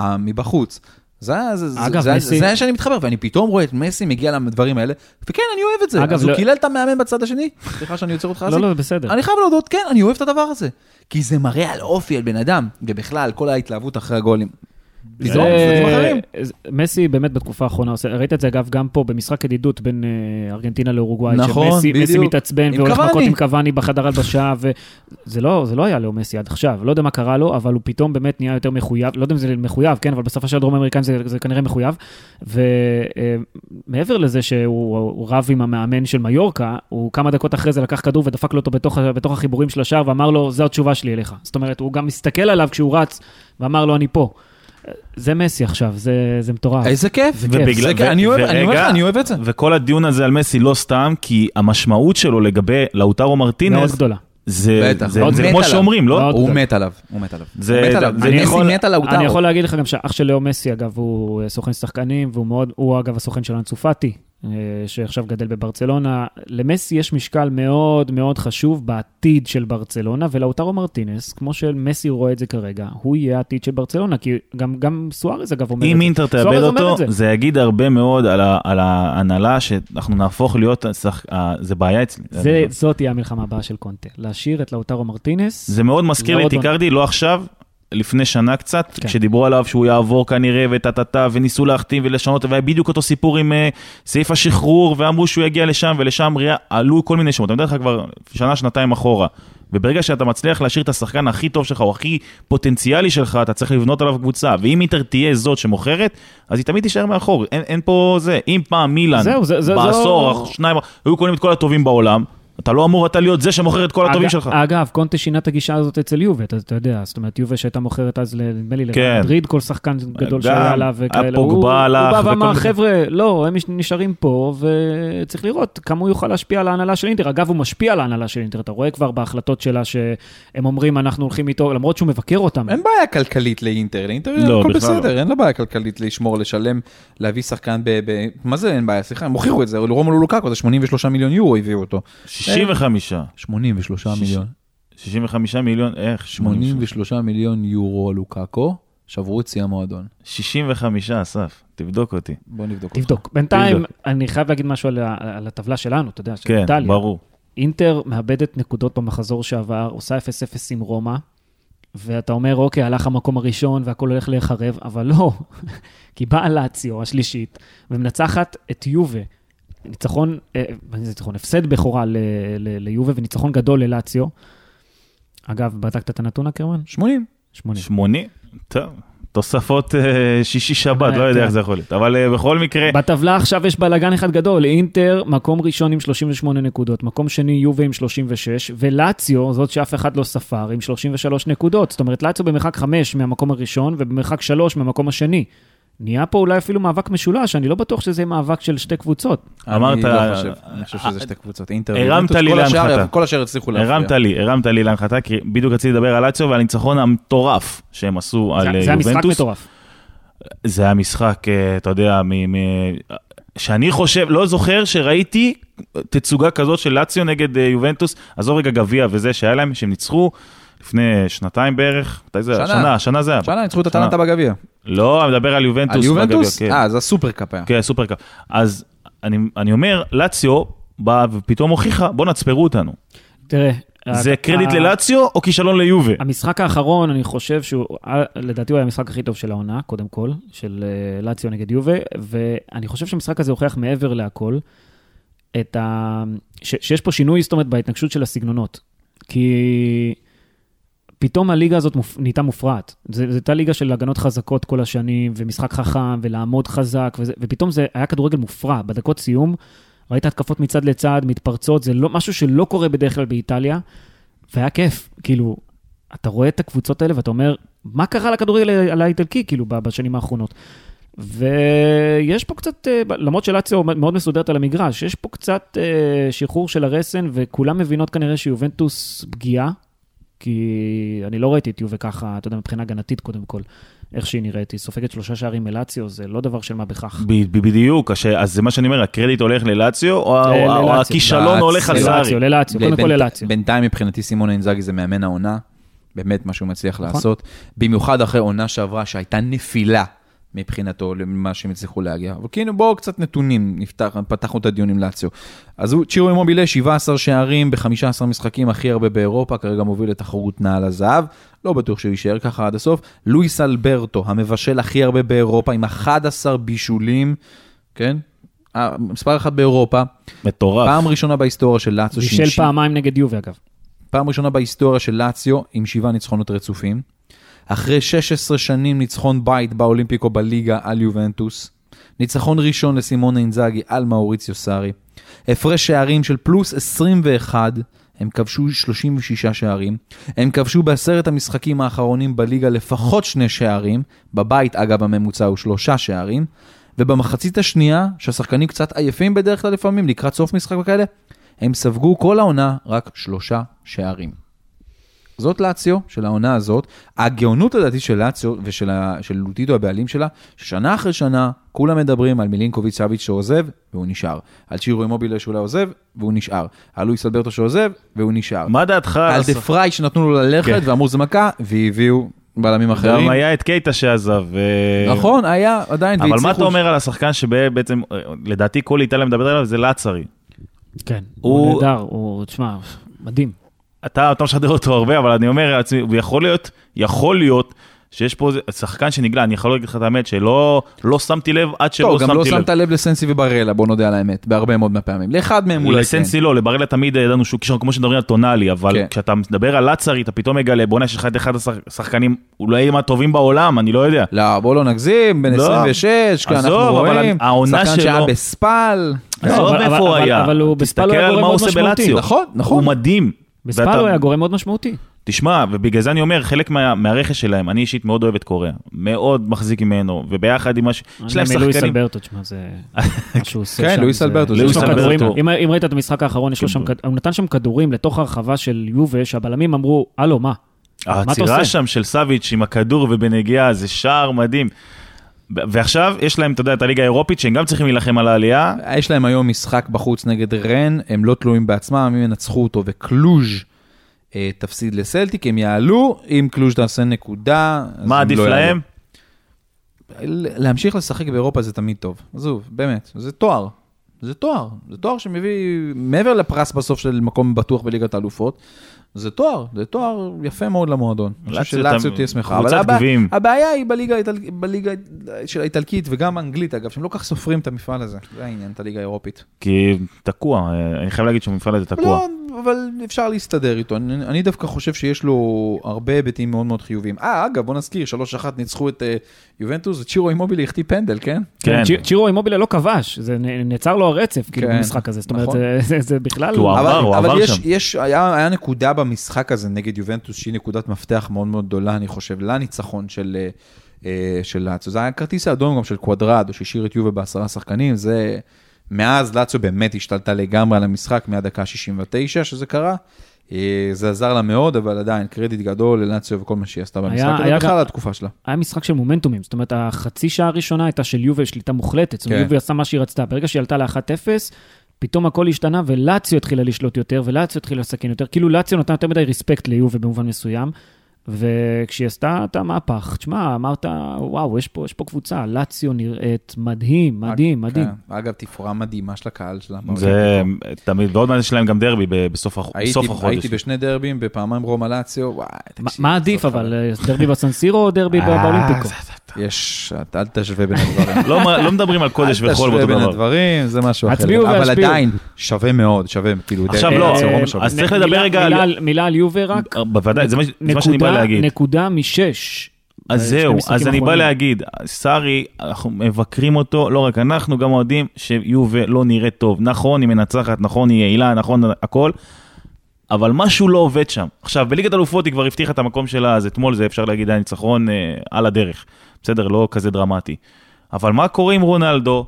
מבחוץ. זה זה שאני מתחבר, ואני פתאום רואה את מסי מגיע לדברים האלה, וכן, אני אוהב את זה. אז הוא קילל את המאמן בצד השני, סליחה שאני יוצר אותך על זה. לא, לא, בסדר. אני חייב להודות, כן, אני אוהב את הדבר הזה. כי זה מראה על אופי, על בן אדם, ובכלל, כל ההתלהבות אחרי הגולים. מסי באמת בתקופה האחרונה, ראית את זה אגב גם פה במשחק ידידות בין ארגנטינה לאורוגוואי, נכון, שמסי מתעצבן והולך מכות עם קוואני בחדר הלבשה, וזה לא היה לו מסי עד עכשיו, לא יודע מה קרה לו, אבל הוא פתאום באמת נהיה יותר מחויב, לא יודע אם זה מחויב, כן, אבל בסופו של דרום אמריקאים זה כנראה מחויב, ומעבר לזה שהוא רב עם המאמן של מיורקה, הוא כמה דקות אחרי זה לקח כדור ודפק לו אותו בתוך החיבורים של השער, ואמר לו, זו התשובה שלי אליך. זאת אומרת, הוא גם מסתכל עליו כשהוא רץ, ואמר לו, אני פה. זה מסי עכשיו, זה, זה מטורף. איזה כיף. ובגלל, ו- אני, אוהב, אני, ורגע, אני אוהב את זה. וכל הדיון הזה על מסי לא סתם, כי המשמעות שלו לגבי לאוטרו מרטינס, מאוד גדולה. זה, זה, זה כמו שאומרים, לא? הוא מת עליו, הוא מת עליו. זה, מת עליו. זה מסי יכול, מת על לאוטרו. אני יכול להגיד לך גם שאח של לאו מסי, אגב, הוא סוכן שחקנים, והוא מאוד, הוא אגב הסוכן של אנסו פאטי, שעכשיו גדל בברצלונה. למסי יש משקל מאוד מאוד חשוב בעתיד של ברצלונה, ולאוטרו מרטינס, כמו שמסי רואה את זה כרגע, הוא יהיה העתיד של ברצלונה, כי גם, גם סוארז אגב אומר את זה. אם אינטר תאבד אותו, זה. זה יגיד הרבה מאוד על, ה, על ההנהלה, שאנחנו נהפוך להיות, זה בעיה אצלי. זה, זאת תהיה המלחמה הבאה של קונטה, להשאיר את לאוטרו מרטינס. זה מאוד מזכיר לי, תיקרדי, לא עכשיו, לפני שנה קצת, כן. כשדיברו עליו שהוא יעבור כנראה וטטטה, וניסו להחתים ולשנות, והיה בדיוק אותו סיפור עם uh, סעיף השחרור, ואמרו שהוא יגיע לשם, ולשם עלו כל מיני שמות. אני יודע לך כבר שנה, שנתיים אחורה, וברגע שאתה מצליח להשאיר את השחקן הכי טוב שלך, או הכי פוטנציאלי שלך, אתה צריך לבנות עליו קבוצה, ואם אינטר תהיה זאת שמוכרת, אז היא תמיד תישאר מאחור. אין, אין פה זה. אם פעם מילאן, זהו, זה, זה, בעשור, זו... שניים, היו קונים את כל הטובים בעולם, אתה לא אמור אתה להיות זה שמוכר את כל הטובים שלך. אגב, קונטה שינה את הגישה הזאת אצל יובה, אתה יודע, זאת אומרת, יובה שהייתה מוכרת אז, נדמה לי, למדריד, כל שחקן גדול שהיה עליו וכאלה. הוא בא ואמר, חבר'ה, לא, הם נשארים פה, וצריך לראות כמה הוא יוכל להשפיע על ההנהלה של אינטר. אגב, הוא משפיע על ההנהלה של אינטר, אתה רואה כבר בהחלטות שלה שהם אומרים, אנחנו הולכים איתו, למרות שהוא מבקר אותם. אין בעיה כלכלית לאינטר, לאינטר הכל בסדר, אין לה בעיה כלכלית לשמור, לשלם, להביא שחקן ב... מה זה אין בעיה? סליחה, הם הוכיחו את זה, רומלו לוקאקו, זה שמונים ושלושה מיליון יורו הביאו אותו. שישים וחמישה. שמונים ושלושה מיליון. שישים וחמישה מיליון, איך? שמונים ושלושה מיליון יורו לוקאקו, שברו את צי המועדון. שישים וחמש, אסף, תבדוק אותי. בוא נבדוק. תבדוק. בינתיים, אני חייב להגיד משהו על, על הטבלה שלנו, אתה יודע, של כן, איטליה. ברור. אינטר מאבדת נקודות במחזור שעבר, עושה אפס אפס עם רומא, ואתה אומר, אוקיי, הלך המקום הראשון והכל הולך להיחרב, אבל לא, כי באה לאציו השלישית, ומנצחת את יובה. ניצחון, אה, ניצחון, הפסד בכורה ל, ל, ליובה, וניצחון גדול ללאציו. אגב, בדקת את הנתון הקרמן? שמונים. שמונים. שמונים? טוב. תוספות שישי שבת, לא יודע איך זה יכול להיות. אבל בכל מקרה... בטבלה עכשיו יש בלגן אחד גדול. אינטר, מקום ראשון עם שלושים ושמונה נקודות, מקום שני יובה עם שלושים ושש, ולאציו, זאת שאף אחד לא ספר, עם שלושים ושלוש נקודות. זאת אומרת, לאציו במרחק חמש מהמקום הראשון, ובמרחק שלוש מהמקום השני. נהיה פה אולי אפילו מאבק משולש, אני לא בטוח שזה מאבק של שתי קבוצות. אמרת... אני לא חושב, אני חושב שזה שתי קבוצות. אינטר הרמת לי להנחתה. כל השאר הצליחו להפריע. הרמת לי, הרמת לי להנחתה, כי בדיוק רציתי לדבר על לאציו ועל הניצחון המטורף שהם עשו על יובנטוס. זה המשחק מטורף. זה המשחק, אתה יודע, שאני חושב, לא זוכר שראיתי תצוגה כזאת של לאציו נגד יובנטוס, עזוב רגע גביע וזה שהיה להם, שהם ניצחו לפני שנתיים בערך, שנה, שנה זה היה. שנה, ניצחו את הטלנטה בגביע. לא, אני מדבר על יובנטוס. על יובנטוס? אה, זה הסופר קאפ היה. כן, סופר קאפ. אז אני אומר, לאציו בא ופתאום הוכיחה, בוא נצפרו אותנו. תראה, זה קרדיט ללאציו או כישלון ליובה? המשחק האחרון, אני חושב שהוא, לדעתי הוא היה המשחק הכי טוב של העונה, קודם כל, של לאציו נגד יובה, ואני חושב שהמשחק הזה הוכיח מעבר להכל, את ה... שיש פה שינוי, זאת אומרת, בהתנגשות של הסגנונות. כי פתאום הליגה הזאת נהייתה מופרעת. זו הייתה ליגה של הגנות חזקות כל השנים, ומשחק חכם, ולעמוד חזק, וזה, ופתאום זה היה כדורגל מופרע. בדקות סיום, ראית התקפות מצד לצד, מתפרצות, זה לא, משהו שלא קורה בדרך כלל באיטליה, והיה כיף. כאילו, אתה רואה את הקבוצות האלה, ואתה אומר, מה קרה לכדורגל על האיטלקי, כאילו, בשנים האחרונות? ויש פה קצת, למרות שלאציו מאוד מסודרת על המגרש, יש פה קצת שחרור של הרסן, וכולם מבינות כנראה שיובנטוס פגיעה, כי אני לא ראיתי את יובה ככה, אתה יודע, מבחינה הגנתית קודם כל, איך שהיא נראית, היא סופגת שלושה שערים מלאציו, זה לא דבר של מה בכך. בדיוק, אז זה מה שאני אומר, הקרדיט הולך ללאציו, או הכישלון הולך על זארי? ללאציו, קודם כל ללאציו. בינתיים מבחינתי סימון אינזאגי זה מאמן העונה, באמת מה שהוא מצליח לעשות, במיוחד אחרי עונה שעברה שהייתה נפילה, מבחינתו למה שהם הצליחו להגיע. אבל כאילו בואו קצת נתונים, נפתח, פתחנו את הדיון עם לאציו. אז הוא, צ'ירו אימובילה, שבעה עשר שערים ב-חמישה עשר משחקים, הכי הרבה באירופה, כרגע מוביל לתחרות נעל הזהב, לא בטוח שהוא יישאר ככה עד הסוף. לואיס אלברטו, המבשל הכי הרבה באירופה, עם אחד עשר בישולים, כן? מספר אחד באירופה. מטורף. פעם ראשונה בהיסטוריה של לאציו. בישל ש... פעמיים נגד יובה, אגב. פעם ראשונה בהיסטוריה של לאציו, עם שבעה ניצחונות רצופים. אחרי שש עשרה שנים ניצחון בית באולימפיקו בליגה על יובנטוס, ניצחון ראשון לסימון אינזאגי על מאוריציו סארי, הפרש שערים של פלוס עשרים ואחת, הם כבשו שלושים ושישה שערים, הם כבשו בעשרת המשחקים האחרונים בליגה לפחות שני שערים, בבית אגב הממוצע הוא שלושה שערים, ובמחצית השנייה, שהשחקנים קצת עייפים בדרך כלל לפעמים, לקראת סוף משחק וכאלה, הם ספגו כל העונה רק שלושה שערים. זאת לאציו של העונה הזאת, הגאונות לדעתי של לאציו ושל לוטיטו הבעלים שלה, ששנה אחרי שנה כולם מדברים על מילינקוביץ' סאביץ' שעוזב והוא נשאר, על צ'ירו אימובילה שאולי עוזב והוא נשאר, על לואיס אלברטו שעוזב והוא נשאר. מה דעתך? על דה פריי שנתנו לו ללכת ואמרו זה מכה והביאו בלמים אחרים. גם היה את קייטה שעזב. נכון, היה עדיין. אבל מה אתה אומר על השחקן שבעצם, לדעתי כל איטליה מדברת עליו זה לאצרי. כן, הוא נהדר, הוא, תשמע, מדהים. אתה, אתה משדר אותו הרבה, אבל אני אומר לעצמי, הוא יכול להיות, יכול להיות, שיש פה שחקן שנגלה, אני יכול להגיד לך את האמת, שלא לא שמתי לב עד שלא שמתי לב. טוב, גם לא שמת לב לסנסי וברלה, בוא נודה על האמת, בהרבה מאוד מהפעמים. לאחד מהם אולי כן. לסנסי לא, לברלה תמיד ידענו שהוא קישור, כמו שמדברים על טונאלי, אבל כן. כשאתה מדבר על לאצרי, אתה פתאום מגלה, בוא נשאר לך את אחד השחקנים, אולי מה טובים בעולם, אני לא יודע. לא, בוא לא נגזים, בין עשרים ושש, כאן אנחנו רואים, שחקן שהיה בספל. עזוב איפה הוא היה. אבל הוא בספל היה גורם מאוד משמעותי. נכון, נכון. הוא מדהים. בספל הוא היה גורם מאוד משמעותי. תשמע, ובגלל זה אני אומר, חלק מה, מהרכש שלהם, אני אישית מאוד אוהב את קוריאה, מאוד מחזיק ממנו, וביחד עם מה ש... יש להם שחקנים... לואיס אלברטו, תשמע, זה משהו עושה שם. כן, לואיס אלברטו. אם ראית את המשחק האחרון, הוא נתן שם כדורים לתוך הרחבה של יובה, שהבלמים אמרו, הלו, מה? העצירה שם של סאביץ' עם הכדור ובנגיעה, זה שער מדהים. ועכשיו יש להם, אתה יודע, את הליגה האירופית, שהם גם צריכים להילחם על העלייה. יש להם היום משחק בחוץ נגד רן, הם לא תלויים בעצמם, הם ינצחו אותו, וקלוז' תפסיד לסלטיק, הם יעלו, אם קלוז' תעשה נקודה. מה עדיף להם? להמשיך לשחק באירופה זה תמיד טוב. עזוב, באמת, זה תואר. זה תואר. זה תואר שמביא, מעבר לפרס בסוף של מקום בטוח בליגת האלופות, זה תואר, זה תואר יפה מאוד למועדון. אני חושב שלאציו תהיה שמחה. אבל הבעיה היא בליגה של האיטלקית וגם האנגלית, אגב, שהם לא כך סופרים את המפעל הזה. זה העניין, את הליגה האירופית. כי תקוע, אני חייב להגיד שהמפעל הזה תקוע. לא, אבל אפשר להסתדר איתו. אני דווקא חושב שיש לו הרבה היבטים מאוד מאוד חיוביים. אה, אגב, בוא נזכיר, שלוש אחת ניצחו את יובנטוס, צ'ירו אימובילה החטיא פנדל, כן? כן. צ'ירו אימובילה לא כבש, זה נעצר לו הרצף, כאילו, במשחק הזה. זאת אומרת, זה בכלל... אבל יש, היה נקודה במשחק הזה נגד יובנטוס, שהיא נקודת מפתח מאוד מאוד גדולה, אני חושב, לניצחון של לאציו. זה היה כרטיס האדום גם של קוואדרדו, שהשאיר את יובה בעשרה שחקנים, זה... מאז לאציו באמת השתלטה לגמרי על המשחק, מהדקה שישים ותשע שזה קרה. זה עזר לה מאוד, אבל עדיין קרדיט גדול ללאציו וכל מה שהיא עשתה במשחק, אבל בכלל התקופה שלה. היה משחק של מומנטומים, זאת אומרת, החצי שעה הראשונה הייתה של יובה, שליטה מוחלטת, זאת אומרת, יובה עשה מה שהיא רצתה. ברגע שהיא עלתה ל-אחת אפס, פתאום הכל השתנה, ולאציו התחילה לשלוט יותר, ולאציו התחילה לסכן יותר. כאילו לאציו נתן יותר מדי ריספקט ליובה במובן מסוים, וכשהיא עשתה את המהפך, תשמע, אמרת, וואו, יש פה, יש פה קבוצה, לאציו נראית מדהים, מדהים, מדהים. אגב, תפאורה מדהימה של הקהל שלה. זה תמיד, ועוד מעט יש להם גם דרבי בסוף החודש. הייתי בשני דרבים, בפעמיים רומא לאציו, וואי, תקשיב. מה עדיף, אבל דרבי בסנסירו או דרבי באולימפיקו? יש, אל תשווה בין הדברים. לא מדברים על קודש וחול באותו דבר. אל תשווה בין הדברים, זה משהו אחר. אבל עדיין, שווה מאוד, שווה, כאילו, עכשיו לא, אז צריך לדבר רגע מילה על יובה רק. בוודאי, זה מה שאני בא להגיד. נקודה משש. אז זהו, אז אני בא להגיד, סארי, אנחנו מבקרים אותו, לא רק אנחנו, גם יודעים שיובה לא נראה טוב. נכון, היא מנצחת, נכון, היא יעילה, נכון, הכל, אבל משהו לא עובד שם. עכשיו, בליגת אלופות היא כבר הבטיחה את המקום שלה, אז אתמול זה אפשר להגיד, היה ניצחון אה, על הדרך. בסדר, לא כזה דרמטי. אבל מה קורה עם רונלדו?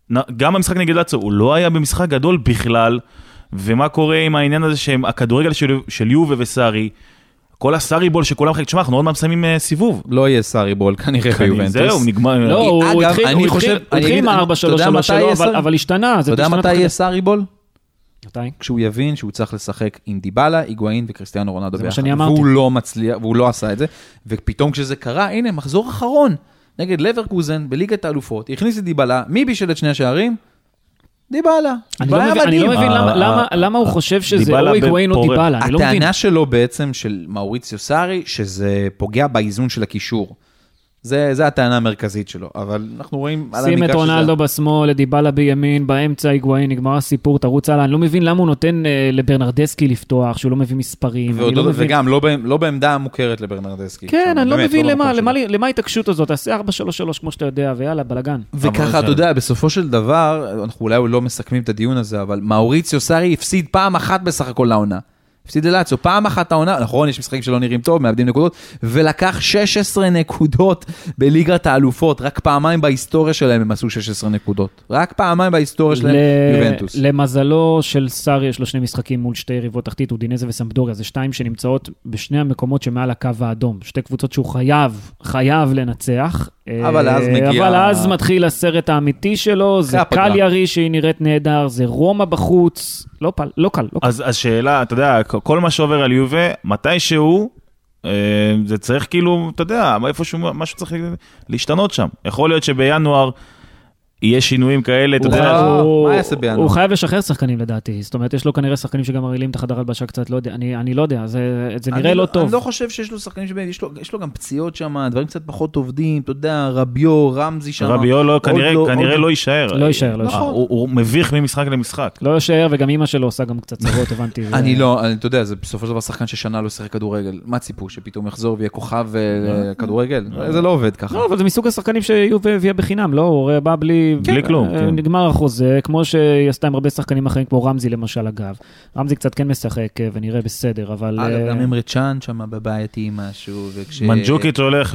גם המשחק נגד לאציו, הוא לא היה במשחק גדול בכלל, ומה קורה עם העניין הזה שהכדורגל של, של יובה וסארי, כל הסארי בול שכולם חלק, תשמע, אנחנו עוד מעט מסיימים סיבוב. לא יהיה סארי בול, כנראה ביובנטוס. זהו, נגמר. לא, הוא התחיל עם ארבע שלוש שלוש שלו, אבל השתנה. אתה יודע מתי יהיה סארי בול? מתי? כשהוא יבין שהוא צריך לשחק עם דיבאלה, היגואין וקריסטיאנו רונלדו ביחד. שאני אמרתי. והוא לא מצליח, והוא לא עשה את זה. ופתאום כשזה קרה, הנה, מחזור אחרון, נגד לברקוזן, בליגת האלופות, הכניס את דיבאלה, מי בישל את שני השערים? דיבאלה. אני לא מבין למה הוא חושב שזה או היגואין או דיבאלה. הטענה שלו בעצם, של מאוריציו סארי, שזה פוגע באיזון של הקישור. זה, זה הטענה המרכזית שלו, אבל אנחנו רואים... שים את רונלדו בשמאל, לדיבאלה בימין, באמצע היגואין, נגמר הסיפור, תרוץ הלאה. אני לא מבין למה הוא נותן לברנרדסקי לפתוח, שהוא לא מביא מספרים. וגם לא, לא בעמדה המוכרת לברנרדסקי. כן, אני לא מבין למה, למה, למה ההתעקשות הזאת, תעשה ארבע שלוש שלוש כמו שאתה יודע, ויאללה, בלגן. וככה, אתה יודע, בסופו של דבר, אנחנו אולי לא מסכמים את הדיון הזה, אבל מאוריציו סארי הפסיד פעם אחת בסך הכל לעונה. הפסיד לאציו, פעם אחת העונה, נכון, יש משחקים שלא נראים טוב, מאבדים נקודות, ולקח שש עשרה נקודות בליגת האלופות, רק פעמיים בהיסטוריה שלהם הם עשו שש עשרה נקודות, רק פעמיים בהיסטוריה שלהם, יובנטוס. למזלו של סארי יש לו שני משחקים מול שתי יריבות תחתית, אודינזה וסמפדוריה, זה שתיים שנמצאות בשני המקומות שמעל הקו האדום, שתי קבוצות שהוא חייב, חייב לנצח, אבל אז מגיע... אבל אז מתחיל הסרט האמיתי שלו, זה קליארי שהיא נראית נהדר, זה רומא בחוץ, לא קל, לא קל. אז השאלה, אתה יודע, כל מה שעובר על יובה, מתישהו, זה צריך כאילו, אתה יודע, איפשהו, משהו צריך להשתנות שם. יכול להיות שבינואר יהיה שינויים כאלה, אתה יודע. מה יעשה בינואר? הוא חייב לשחרר שחקנים לדעתי, זאת אומרת, יש לו כנראה שחקנים שגם מרעילים את החדר הלבשה קצת, לא יודע, אני לא יודע, זה נראה לא טוב. אני לא חושב שיש לו שחקנים שבאים, יש לו גם פציעות שם, דברים קצת פחות עובדים, אתה יודע, רביו, רמזי שם. רביו כנראה לא יישאר. לא יישאר, לא יישאר. הוא מביך ממשחק למשחק. לא יישאר, וגם אמא שלו עושה גם קצת צרות, הבנתי. אני לא, אתה יודע, זה בסופו של דבר שחקן ששנה לא שיחק כדורגל. מה ציפו, שפתאום יחזור ויהיה כוכב כדורגל? זה לא עובד ככה. לא, אבל זה מסוג השחקנים שיובה הביאה בחינם, לא? הוא בא בלי כלום. נגמר החוזה, כמו שהיא עשתה עם הרבה שחקנים אחרים, כמו רמזי למשל אגב. רמזי קצת כן משחק ונראה בסדר, אבל... אגב, גם אמרי צ'אן שם בבעייתי משהו, וכש... מנג'וקית הולך,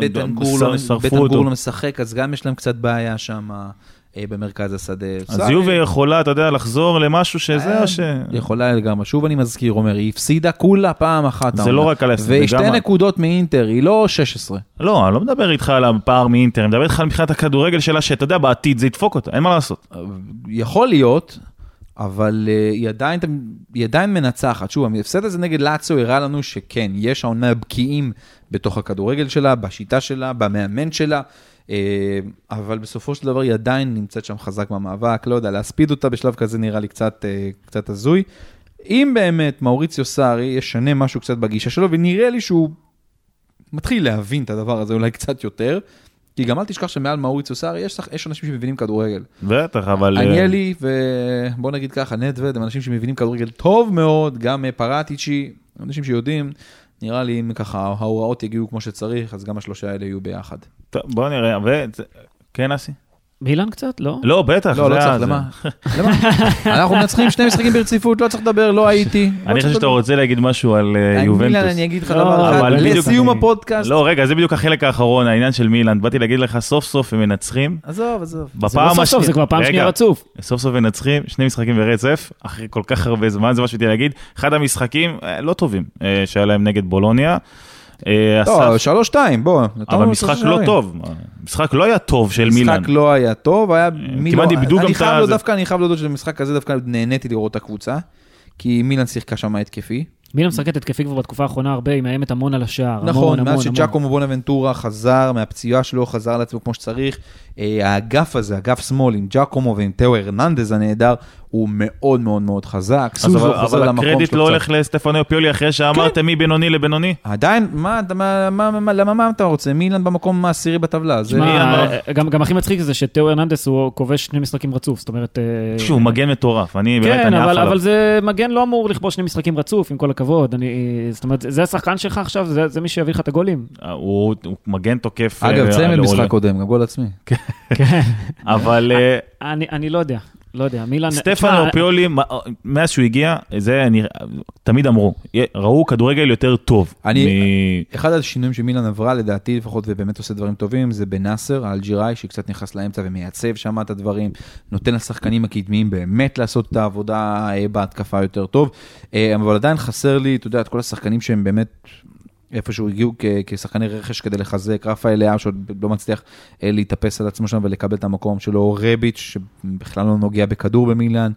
וכשבטנגור לא משחק, אז גם יש להם קצת בעיה שם במרכז השדה. אז יובה יכולה, אתה יודע, לחזור למשהו שזה או ש... יכולה לגמרי. שוב אני מזכיר, אומר, היא הפסידה כולה פעם אחת. זה לא רק על הפסיד. ושתי נקודות מאינטר, היא לא שש עשרה. לא, אני לא מדבר איתך על הפער מאינטר, אני מדבר איתך על מבחינת הכדורגל שלה, שאתה יודע, בעתיד זה ידפוק אותה, אין מה לעשות. יכול להיות, אבל היא עדיין, היא עדיין מנצחת. שוב, המפסד הזה נגד לאציו הראה לנו שכן, יש העונה בקיאים בתוך הכדורגל שלה, בשיטה שלה, במאמן שלה, אבל בסופו של דבר היא עדיין נמצאת שם חזק במאבק, לא יודע, להספיד אותה בשלב כזה נראה לי קצת, קצת הזוי. אם באמת מאוריציו סארי ישנה משהו קצת בגישה שלו, ונראה לי שהוא מתחיל להבין את הדבר הזה אולי קצת יותר, כי גם אל תשכח שמעל מאוריציו סארי יש, יש אנשים שמבינים כדורגל. בטח, אבל... אניאלי, ובוא נגיד ככה, נדווד, הם אנשים שמבינים כדורגל טוב מאוד, גם פרטיצ'י, אנשים שיודעים, נראה לי אם ככה ההוראות יגיעו כמו שצריך, אז גם השלושה האלה יהיו ביחד. טוב, בוא נראה, ו... כן, אסי? מילאן קצת, לא? לא, בטח. לא, לא צריך, למה? למה? אנחנו מנצחים שני משחקים ברציפות, לא צריך לדבר, לא הייתי. אני חושב שאתה רוצה להגיד משהו על יובנטוס. מילאן, אני אגיד לך דבר אחד, לסיום הפודקאסט. לא, רגע, זה בדיוק החלק האחרון, העניין של מילאן. באתי להגיד לך, סוף סוף הם מנצחים. עזוב, עזוב. זה לא סוף סוף, זה כבר פעם שנייה רצוף. סוף סוף מנצחים, שני משחקים ברצף, אחרי כל כך הרבה זמן, זה מה שבאתי להגיד. אחד המשחקים לא טובים, שהיה להם נגד בולוניה. לא, שלוש שתיים, בוא. אבל משחק לא טוב. משחק לא היה טוב של מילאן. משחק לא היה טוב, היה מילאן. כמעט איבדו גם את זה. דווקא אני חייב להודות שבמשחק הזה דווקא נהניתי לראות את הקבוצה, כי מילאן שיחקה שם התקפי. מילאן משחקת התקפי כבר בתקופה האחרונה הרבה, היא מאיימת המון על השער. נכון, מאז שג'אקומו בונאבנטורה חזר מהפציעה שלו, חזר לעצמו כמו שצריך. האגף הזה, אגף שמאל עם ג'אקומו ועם תאו הרננדז הנהדר, הוא מאוד מאוד מאוד חזק. אבל הקרדיט לא הולך לסטפנו פיולי אחרי שאמרת מי בינוני לבינוני? עדיין, למה מה אתה רוצה? מילאן במקום העשירי בטבלה. גם הכי מצחיק זה שתאו הרננדז הוא כובש שני משחקים רצוף, זאת אומרת... שהוא מגן מטורף, אני באמת כן, אני אף אבל זה מגן לא אמור לכבוש שני משחקים רצוף, עם כל הכבוד. זאת אומרת, זה השחקן שלך עכשיו, זה מי שיביא לך את הגולים. הוא מגן תוקף... אגב, צמד משחק קודם, גם גול עצמי. כן. אבל... אני לא יודע. לא יודע, מילאן... סטפנו פיולי, מאז שהוא הגיע, זה תמיד אמרו, ראו כדורגל יותר טוב. אחד השינויים שמילאן עברה, לדעתי לפחות, ובאמת עושה דברים טובים, זה בנאסר, האלג'יראי, שקצת נכנס לאמצע ומייצב שם את הדברים, נותן לשחקנים הקדמיים באמת לעשות את העבודה בהתקפה יותר טוב, אבל עדיין חסר לי, אתה יודע, את כל השחקנים שהם באמת... איפשהו הגיעו כשחקני רכש כדי לחזק, רפאל לאו שעוד לא מצליח להתאפס על עצמו שם ולקבל את המקום שלו, רביץ' שבכלל לא נוגע בכדור במילאן,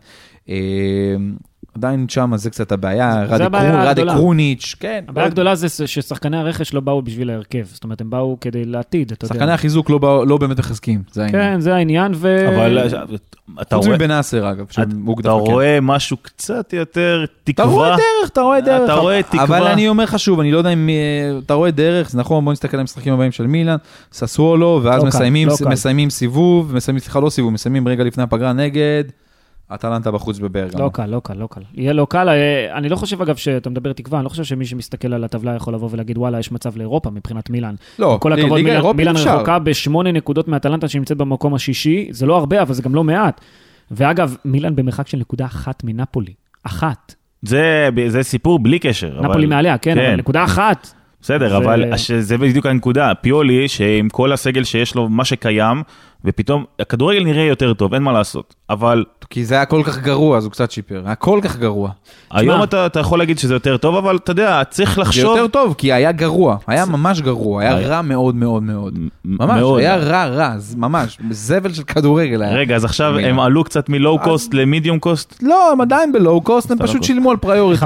עדיין שם זה קצת הבעיה, רדי קרוניץ', כן. הבעיה הגדולה זה ששחקני הרכש לא באו בשביל ההרכב, זאת אומרת הם באו כדי לעתיד, אתה יודע. שחקני החיזוק לא באמת מחזקים, זה העניין. כן, זה העניין ו... אבל חוץ מבנאסר אגב, אתה רואה משהו קצת יותר תקווה. אתה רואה דרך, אתה רואה דרך. אתה רואה תקווה. אבל אני אומר לך שוב, אני לא יודע אם אתה רואה דרך, זה נכון, בוא נסתכל על המשחקים הבאים של מילאן, ססוולו, ואז מסיימים סיבוב, סליחה לא סיבוב, מסיימים רגע לפני הפגרה נגד אטלנטה בחוץ בברגמו. לא קל, לא קל, לא קל. יהיה לא קל. אני לא חושב אגב שאתה מדבר תקווה, אני לא חושב שמי שמסתכל על הטבלה יכול לבוא ולהגיד וואלה, יש מצב לאירופה מבחינת מילאן. לא, כל הכבוד, מילאן רחוקה בשמונה נקודות מאטלנטה שנמצאת במקום השישי, זה לא הרבה, אבל זה גם לא מעט. ואגב, מילאן במרחק של נקודה אחת מנפולי. אחת. זה, זה סיפור בלי קשר. נפולי מעליה, כן, אבל נקודה אחת. בסדר, אבל זה בדיוק הנקודה. פיולי, שעם כל הסגל שיש לו מה שקיים, ופתאום הכדורגל נראה יותר טוב, אין מה לעשות. אבל... כי זה היה כל כך גרוע, אז הוא קצת שיפר. היה כל כך גרוע. היום אתה, אתה יכול להגיד שזה יותר טוב, אבל אתה יודע, צריך לחשוב... זה יותר טוב, כי היה גרוע. היה ממש גרוע. היה רע מאוד מאוד מאוד. ממש, היה רע רע. ממש, זבל של כדורגל היה. רגע, אז עכשיו הם עלו קצת מלואו קוסט למידיום קוסט? לא, הם עדיין בלואו קוסט, הם פשוט שילמו על פריוריטי.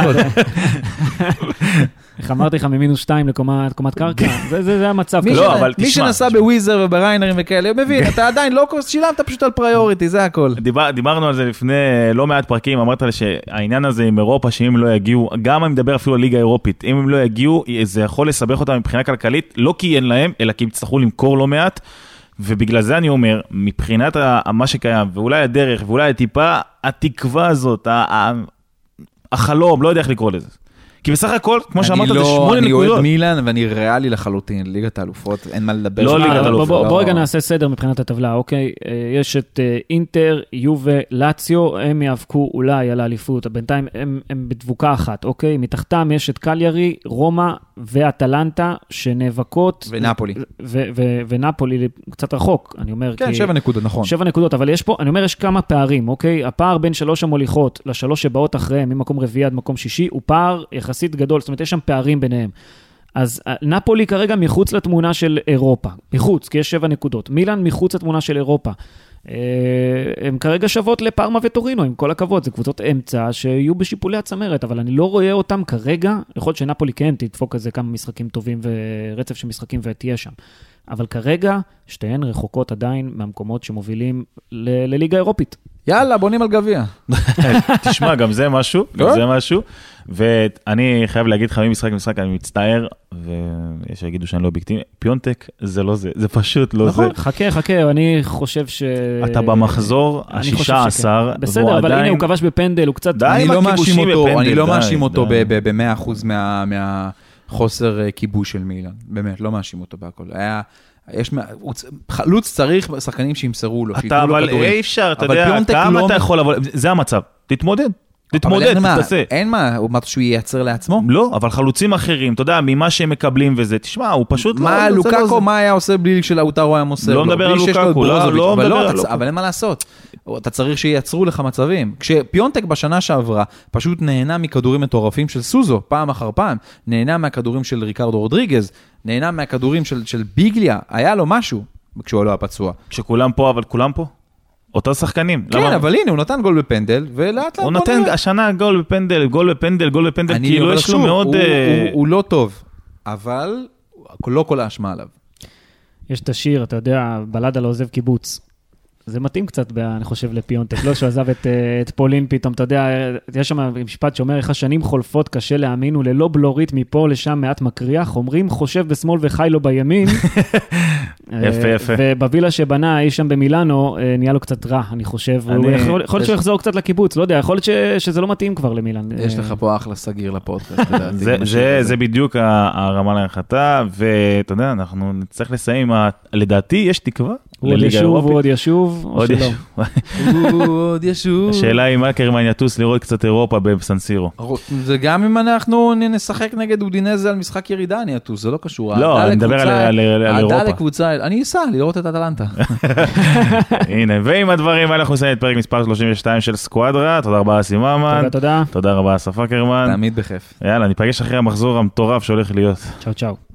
איך אמרתי לך ממינוס שתיים לקומת קרקע, זה המצב. מי שנסע בוויזר ובריינרים וכאלה, מבין, אתה עדיין לא קוסט, שילמת פשוט על פריוריטי, זה הכל. דיברנו על זה לפני לא מעט פרקים, אמרת לי שהעניין הזה עם אירופה, שאם לא יגיעו, גם אני מדבר אפילו על ליגה אירופית, אם הם לא יגיעו, זה יכול לסבך אותם מבחינה כלכלית, לא כי אין להם, אלא כי הם יצטרכו למכור לא מעט, ובגלל זה אני אומר, מבחינת מה שקיים, ואולי הדרך, ואולי הטיפה, התקווה הזאת, החלום, לא יודע איך לקרוא לזה. כי בסך הכל, כמו שאמרת, זה שמונה נקודות. אני אוהד מילאן, ואני ריאלי לחלוטין, ליגת האלופות, אין מה לדבר. לא ליגת האלופות. בוא רגע נעשה סדר מבחינת הטבלה, אוקיי? יש את אינטר, יובה, לאציו, הם יאבקו אולי על האליפות, בינתיים הם בדבוקה אחת, אוקיי? מתחתם יש את קליירי, רומא ואטלנטה, שנאבקות. ונפולי. ונפולי קצת רחוק, אני אומר. כן, שבע נקודות, נכון. שבע נקודות, אבל יש פה, אני אומר, יש כמה פערים, אוקיי? הפער בין שלוש המוליכות לשלוש שבאות אחריהם, ממקום רביעי עד מקום שישי, הוא פער יחסית גדול, זאת אומרת, יש שם פערים ביניהם. אז נפולי כרגע מחוץ לתמונה של אירופה, מחוץ, כי יש שבע נקודות. מילאן מחוץ לתמונה של אירופה. הם כרגע שוות לפארמה וטורינו, עם כל הכבוד, זה קבוצות אמצע שיהיו בשיפולי הצמרת, אבל אני לא רואה אותם כרגע, יכול להיות שנפולי כן תדפוק כזה כמה משחקים טובים ורצף של משחקים ותהיה שם. אבל כרגע שתיהן רחוקות עדיין מהמקומות שמובילים ל- לליגה אירופית. יאללה, בונים על גביע. תשמע, גם זה משהו, גם זה משהו, ואני חייב להגיד לך, ממשחק למשחק, אני מצטער, ויש שיגידו שאני לא אובייקטיבי, פיונטק זה לא זה, זה פשוט לא זה. נכון, חכה, חכה, אני חושב ש... אתה במחזור ה-שישה עשר, בסדר, אבל הנה הוא כבש בפנדל, הוא קצת... אני לא מאשים אותו, אני לא מאשים אותו ב-מאה אחוז מהחוסר כיבוש של מילאן, באמת, לא מאשים אותו בהכל. היה... יש, חלוץ צריך שחקנים שימסרו לו, אתה, אבל אי אפשר, אתה יודע, כמה אתה יכול לבוא, זה המצב, תתמודד, תתמודד, תתעשה. אין מה, הוא אמרת שהוא ייצר לעצמו? לא, אבל חלוצים אחרים, אתה יודע, ממה שהם מקבלים וזה, תשמע, הוא פשוט לא... מה, לוקאקו, מה היה עושה בלי שלאוטרו היה מוסר לו? לא מדבר על לוקאקו, לא מדבר על לוקאקו. אבל אין מה לעשות, אתה צריך שייצרו לך מצבים. כשפיונטק בשנה שעברה, פשוט נהנה מכדורים מטורפים של סוזו, פעם אחר פעם, נהנה מהכדורים של ריקרדו רודריגז, נהנה מהכדורים של, של ביגליה, היה לו משהו כשהוא לא הפצוע. כשכולם פה, אבל כולם פה? אותו שחקנים. כן, למה? אבל הנה, הוא נתן גול בפנדל, ולאט לאט... הוא נותן השנה גול בפנדל, גול בפנדל, גול בפנדל, כאילו יש לו מאוד... הוא, הוא, הוא לא טוב, אבל לא כל האשמה עליו. יש את השיר, אתה יודע, בלדה לא עוזב קיבוץ. זה מתאים קצת, אני חושב, לפיונטק, לא שהוא עזב את, את פולין פתאום, אתה יודע, יש שם משפט שאומר, איך השנים חולפות, קשה להאמין, וללא בלורית מפה לשם מעט מקריח, אומרים, חושב בשמאל וחי לו בימין. יפה, יפה. ובבילה שבנה, האיש שם במילאנו, נהיה לו קצת רע, אני חושב. אני... יכול, יכול להיות שהוא יחזור קצת לקיבוץ, לא יודע, יכול להיות ש... שזה לא מתאים כבר למילאן. יש לך פה אחלה סגיר לפודקאסט. זה, זה, זה בדיוק הרמה להנחתה, ואתה יודע, אנחנו נצטרך לסיים, לדעתי יש תקווה. הוא עוד ישוב, הוא עוד ישוב, או שלא. הוא עוד ישוב. השאלה היא מה קרמן יטוס לראות קצת אירופה בסנסירו. זה גם אם אנחנו נשחק נגד אודינזה על משחק ירידה, אני יטוס, זה לא קשור. לא, אני מדבר על אירופה. העדה לקבוצה, אני אסע לראות את אטלנטה. הנה, ועם הדברים האלה אנחנו נסיים את פרק מספר שלושים ושתיים של סקואדרה. תודה רבה אסי ממן. תודה, תודה. תודה רבה אסף אקרמן. תמיד בכיף. יאללה, ניפגש אחרי המחזור המטורף שהולך להיות. צ'או צ'או.